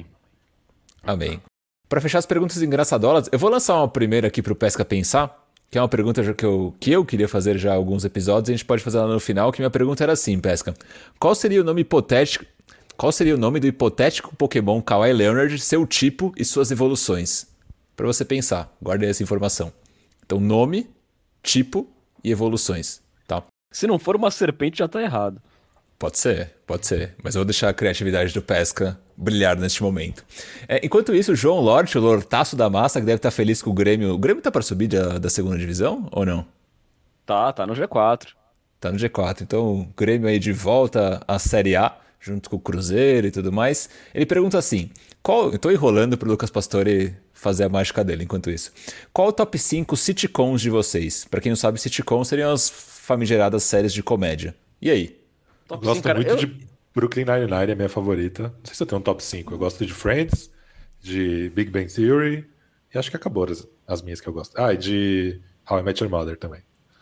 Speaker 2: Amém. Para fechar as perguntas engraçadolas, eu vou lançar uma primeira aqui pro Pesca pensar, que é uma pergunta que eu, que eu queria fazer já há alguns episódios, e a gente pode fazer lá no final, que minha pergunta era assim, Pesca. Qual seria o nome hipotético, qual seria o nome do hipotético Pokémon Kawhi Leonard, seu tipo e suas evoluções? Para você pensar, guardei essa informação. Então, nome, tipo e evoluções, tá?
Speaker 1: Se não for uma serpente, já tá errado.
Speaker 2: Pode ser, pode ser. Mas eu vou deixar a criatividade do Pesca brilhar neste momento. É, enquanto isso, o João Lort, o Lortaço da Massa, que deve estar feliz com o Grêmio. O Grêmio tá para subir da, da segunda divisão ou não?
Speaker 1: Tá, tá no G quatro.
Speaker 2: Tá no G quatro. Então o Grêmio aí de volta à Série A, junto com o Cruzeiro e tudo mais. Ele pergunta assim, qual... eu tô enrolando pro Lucas Pastore fazer a mágica dele enquanto isso. Qual o top cinco sitcoms de vocês? Para quem não sabe, sitcoms seriam as famigeradas séries de comédia. E aí?
Speaker 3: Eu gosto cinco, muito eu... de Brooklyn Nine-Nine, é minha favorita. Não sei se eu tenho um top cinco. Eu gosto de Friends, de Big Bang Theory, e acho que acabou as, as minhas que eu gosto. Ah, e de How I Met Your Mother também.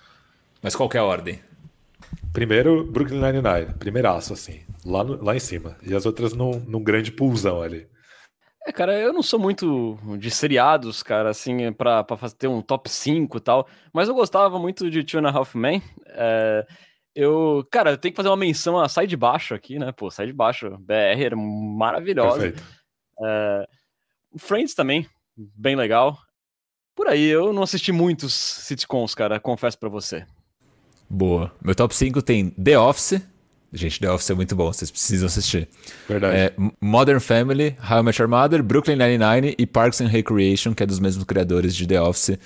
Speaker 2: Mas qual que é a ordem?
Speaker 3: Primeiro, Brooklyn Nine-Nine, primeiraço, assim, lá, no, lá em cima. E as outras num, num grande pulsão ali.
Speaker 1: É, cara, eu não sou muito de seriados, cara, assim, pra, pra fazer, ter um top cinco e tal, mas eu gostava muito de Two and a Half Men. É... Eu, cara, eu tenho que fazer uma menção a Sai de Baixo aqui, né? Pô, Sai de Baixo, B R era maravilhosa.
Speaker 3: Perfeito.
Speaker 1: É, Friends também, bem legal. Por aí, eu não assisti muitos sitcoms, cara, confesso pra você.
Speaker 2: Boa. Meu top cinco tem The Office. Gente, The Office é muito bom, vocês precisam assistir.
Speaker 3: Verdade.
Speaker 2: É, Modern Family, How I Met Your Mother, Brooklyn Nine-Nine e Parks and Recreation, que é dos mesmos criadores de The Office.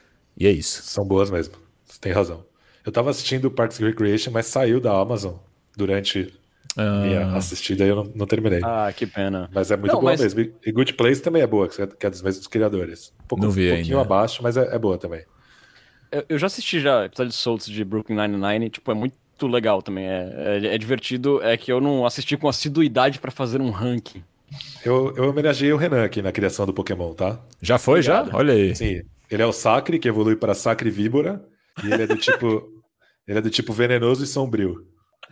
Speaker 2: E é isso.
Speaker 3: São boas mesmo, você tem razão. Eu tava assistindo Parks and Recreation, mas saiu da Amazon durante ah. minha assistida e eu não, não terminei.
Speaker 1: Ah, que pena.
Speaker 3: Mas é muito não, boa mas... mesmo. E Good Place também é boa, que é dos mesmos criadores. Um, pouco,
Speaker 2: não vi
Speaker 3: um pouquinho
Speaker 2: ainda.
Speaker 3: abaixo, mas é, é boa também.
Speaker 1: Eu, eu já assisti já episódios soltos de Brooklyn Nine-Nine, tipo, é muito legal também. É, é, é divertido, é que eu não assisti com assiduidade pra fazer um ranking.
Speaker 3: Eu, eu homenageei o Renan aqui na criação do Pokémon, tá?
Speaker 2: Já foi, Obrigado. já? Olha aí.
Speaker 3: Sim, ele é o Sacre, que evolui para Sacre Víbora. E ele é do tipo ele é do tipo venenoso e sombrio.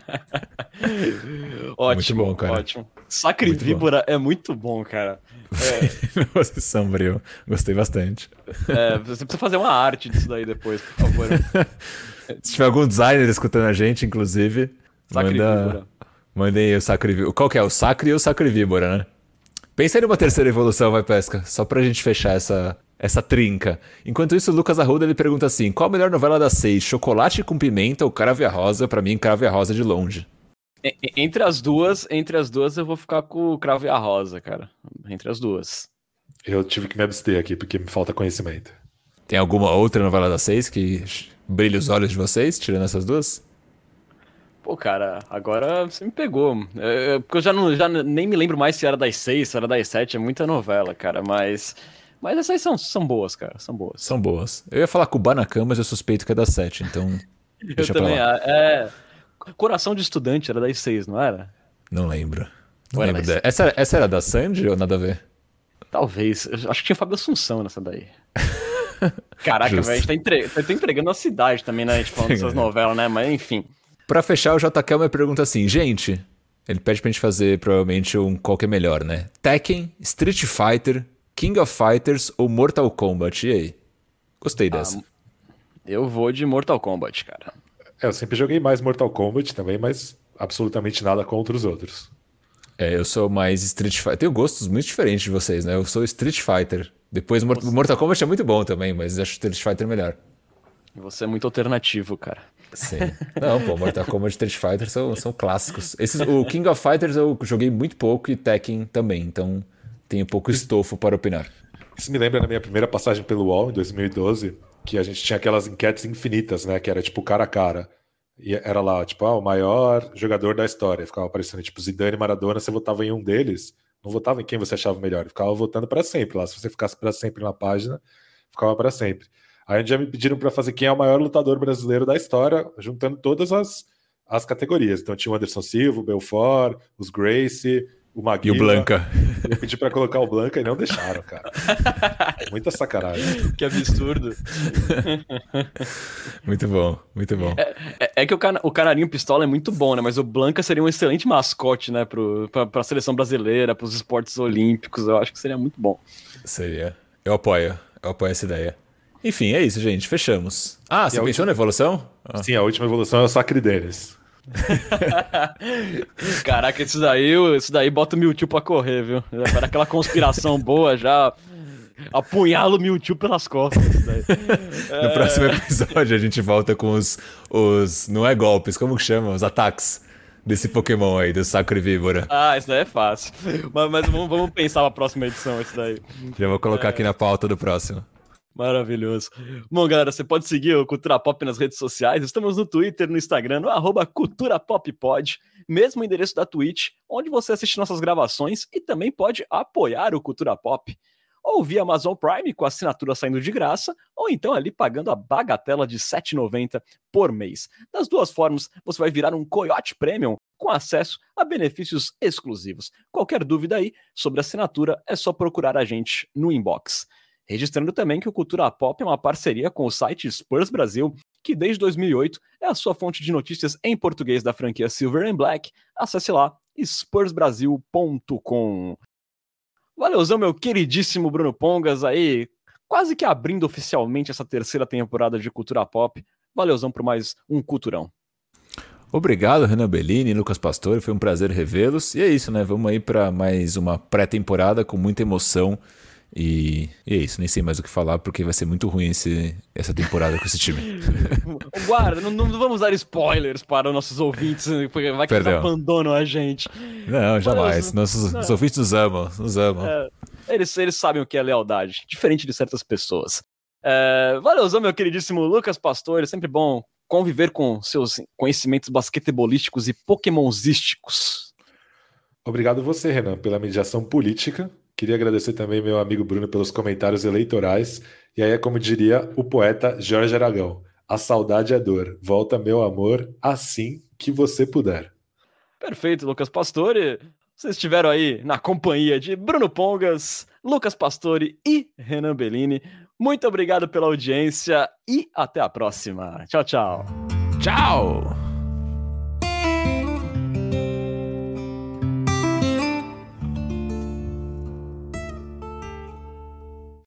Speaker 1: Ótimo,
Speaker 2: muito bom, cara.
Speaker 1: Ótimo. Sacre muito Víbora bom. É muito bom, cara.
Speaker 2: Venenoso e sombrio. Gostei bastante.
Speaker 1: É, você precisa fazer uma arte disso daí depois, por favor.
Speaker 2: Se tiver algum designer escutando a gente, inclusive,
Speaker 1: Sacre
Speaker 2: manda...
Speaker 1: Víbora.
Speaker 2: Mandem aí o Sacre Víbora. Qual que é? O Sacre e o Sacre Víbora, né? Pensa em uma terceira evolução, vai, Pesca, só pra gente fechar essa, essa trinca. Enquanto isso, o Lucas Arruda, ele pergunta assim, qual a melhor novela das seis? Chocolate com Pimenta ou Cravo e a Rosa? Pra mim, Cravo e a Rosa de longe.
Speaker 1: Entre as duas, entre as duas eu vou ficar com o Cravo e a Rosa, cara. Entre as duas.
Speaker 3: Eu tive que me abster aqui porque me falta conhecimento.
Speaker 2: Tem alguma outra novela das seis que brilha os olhos de vocês, tirando essas duas?
Speaker 1: Pô, cara, agora você me pegou. É, porque eu já, não, já nem me lembro mais se era das seis, se era das sete, é muita novela, cara. Mas, mas essas são, são boas, cara, são boas.
Speaker 2: São boas. Eu ia falar Kubanacan, mas eu suspeito que é das sete, então deixa
Speaker 1: eu também,
Speaker 2: pra lá.
Speaker 1: É... Coração de Estudante era das seis, não era?
Speaker 2: Não lembro. Não
Speaker 1: Ou
Speaker 2: lembro
Speaker 1: era
Speaker 2: de... essa, essa era da Sandy ou nada a ver?
Speaker 1: Talvez. Eu acho que tinha Fábio Assunção nessa daí. Caraca, velho, a gente tá, entre... tá entregando a cidade também, né? A gente falando dessas novelas, né? Mas enfim.
Speaker 2: Pra fechar, o J K me pergunta assim, gente, ele pede pra gente fazer provavelmente um qual que é melhor, né? Tekken, Street Fighter, King of Fighters ou Mortal Kombat? E aí? Gostei dessa.
Speaker 1: Ah, eu vou de Mortal Kombat, cara.
Speaker 3: É, eu sempre joguei mais Mortal Kombat também, mas absolutamente nada contra os outros.
Speaker 2: É, eu sou mais Street Fighter. Tenho gostos muito diferentes de vocês, né? Eu sou Street Fighter. Depois Mort- Mortal Kombat é muito bom também, mas acho Street Fighter melhor.
Speaker 1: Você é muito alternativo, cara.
Speaker 2: Sim. Não, pô, Mortal Kombat e Street Fighter são, são clássicos. Esses, o King of Fighters eu joguei muito pouco e Tekken também, então tenho pouco estofo para opinar.
Speaker 3: Isso me lembra da minha primeira passagem pelo U O L, em dois mil e doze, que a gente tinha aquelas enquetes infinitas, né? Que era tipo cara a cara. E era lá, tipo, ah, o maior jogador da história. Ficava aparecendo, tipo, Zidane e Maradona, você votava em um deles, não votava em quem você achava melhor, ficava votando para sempre lá. Se você ficasse para sempre na página, ficava para sempre. Aí um dia me pediram para fazer quem é o maior lutador brasileiro da história, juntando todas as, as categorias. Então tinha o Anderson Silva, o Belfort, os Gracie, o Maguila.
Speaker 2: E o Blanca.
Speaker 3: Eu pedi para colocar o Blanca e não deixaram, cara. Muita sacanagem.
Speaker 1: Que absurdo.
Speaker 2: Muito bom, muito bom.
Speaker 1: É, é, é que o, cana, o Canarinho Pistola é muito bom, né? Mas o Blanca seria um excelente mascote, né? Pro, pra, pra seleção brasileira, pros esportes olímpicos. Eu acho que seria muito bom.
Speaker 2: Seria. Eu apoio. Eu apoio essa ideia. Enfim, é isso, gente. Fechamos. Ah, você
Speaker 3: E a
Speaker 2: pensou
Speaker 3: última-
Speaker 2: na evolução? Ah.
Speaker 3: Sim, a última evolução é o Sacre Denis.
Speaker 1: Caraca, isso daí, isso daí bota o Mewtwo pra correr, viu? Para aquela conspiração boa já. Apunhala o Mewtwo pelas costas. Isso daí.
Speaker 2: No próximo episódio a gente volta com os, os... Não é golpes, como que chama? Os ataques desse Pokémon aí, do Sacro Víbora.
Speaker 1: Ah, isso daí é fácil. Mas, mas vamos, vamos pensar na próxima edição, isso daí.
Speaker 2: Já vou colocar aqui na pauta do próximo.
Speaker 1: Maravilhoso. Bom, galera, você pode seguir o Cultura Pop nas redes sociais. Estamos no Twitter, no Instagram, no arroba Cultura Pop Pod, mesmo endereço da Twitch, onde você assiste nossas gravações e também pode apoiar o Cultura Pop. Ou via Amazon Prime, com a assinatura saindo de graça, ou então ali pagando a bagatela de sete reais e noventa centavos por mês. Das duas formas, você vai virar um Coyote Premium com acesso a benefícios exclusivos. Qualquer dúvida aí sobre a assinatura, é só procurar a gente no inbox. Registrando também que o Cultura Pop é uma parceria com o site Spurs Brasil, que desde dois mil e oito é a sua fonte de notícias em português da franquia Silver and Black. Acesse lá, spurs brasil ponto com. Valeuzão, meu queridíssimo Bruno Pongas, aí quase que abrindo oficialmente essa terceira temporada de Cultura Pop. Valeuzão por mais um Culturão.
Speaker 2: Obrigado, Renan Bellini e Lucas Pastore, foi um prazer revê-los. E é isso, né? Vamos aí para mais uma pré-temporada com muita emoção. E, e é isso, nem sei mais o que falar, porque vai ser muito ruim esse, essa temporada com esse time.
Speaker 1: Guarda, não, não vamos dar spoilers para os nossos ouvintes, porque vai que eles
Speaker 2: Perdão.
Speaker 1: abandonam a gente.
Speaker 2: Não, jamais.
Speaker 1: Mas,
Speaker 2: Nossos
Speaker 1: não.
Speaker 2: os ouvintes nos amam, nos amam.
Speaker 1: É, eles, eles sabem o que é lealdade, diferente de certas pessoas. É, valeuzão, meu queridíssimo Lucas Pastore, sempre bom conviver com seus conhecimentos basquetebolísticos e pokémonzísticos.
Speaker 3: Obrigado você, Renan, pela mediação política. Queria agradecer também meu amigo Bruno pelos comentários eleitorais. E aí é como diria o poeta Jorge Aragão: a saudade é dor, volta meu amor assim que você puder.
Speaker 1: Perfeito, Lucas Pastore. Vocês estiveram aí na companhia de Bruno Pongas, Lucas Pastore e Renan Bellini. Muito obrigado pela audiência e até a próxima. Tchau, tchau.
Speaker 2: Tchau!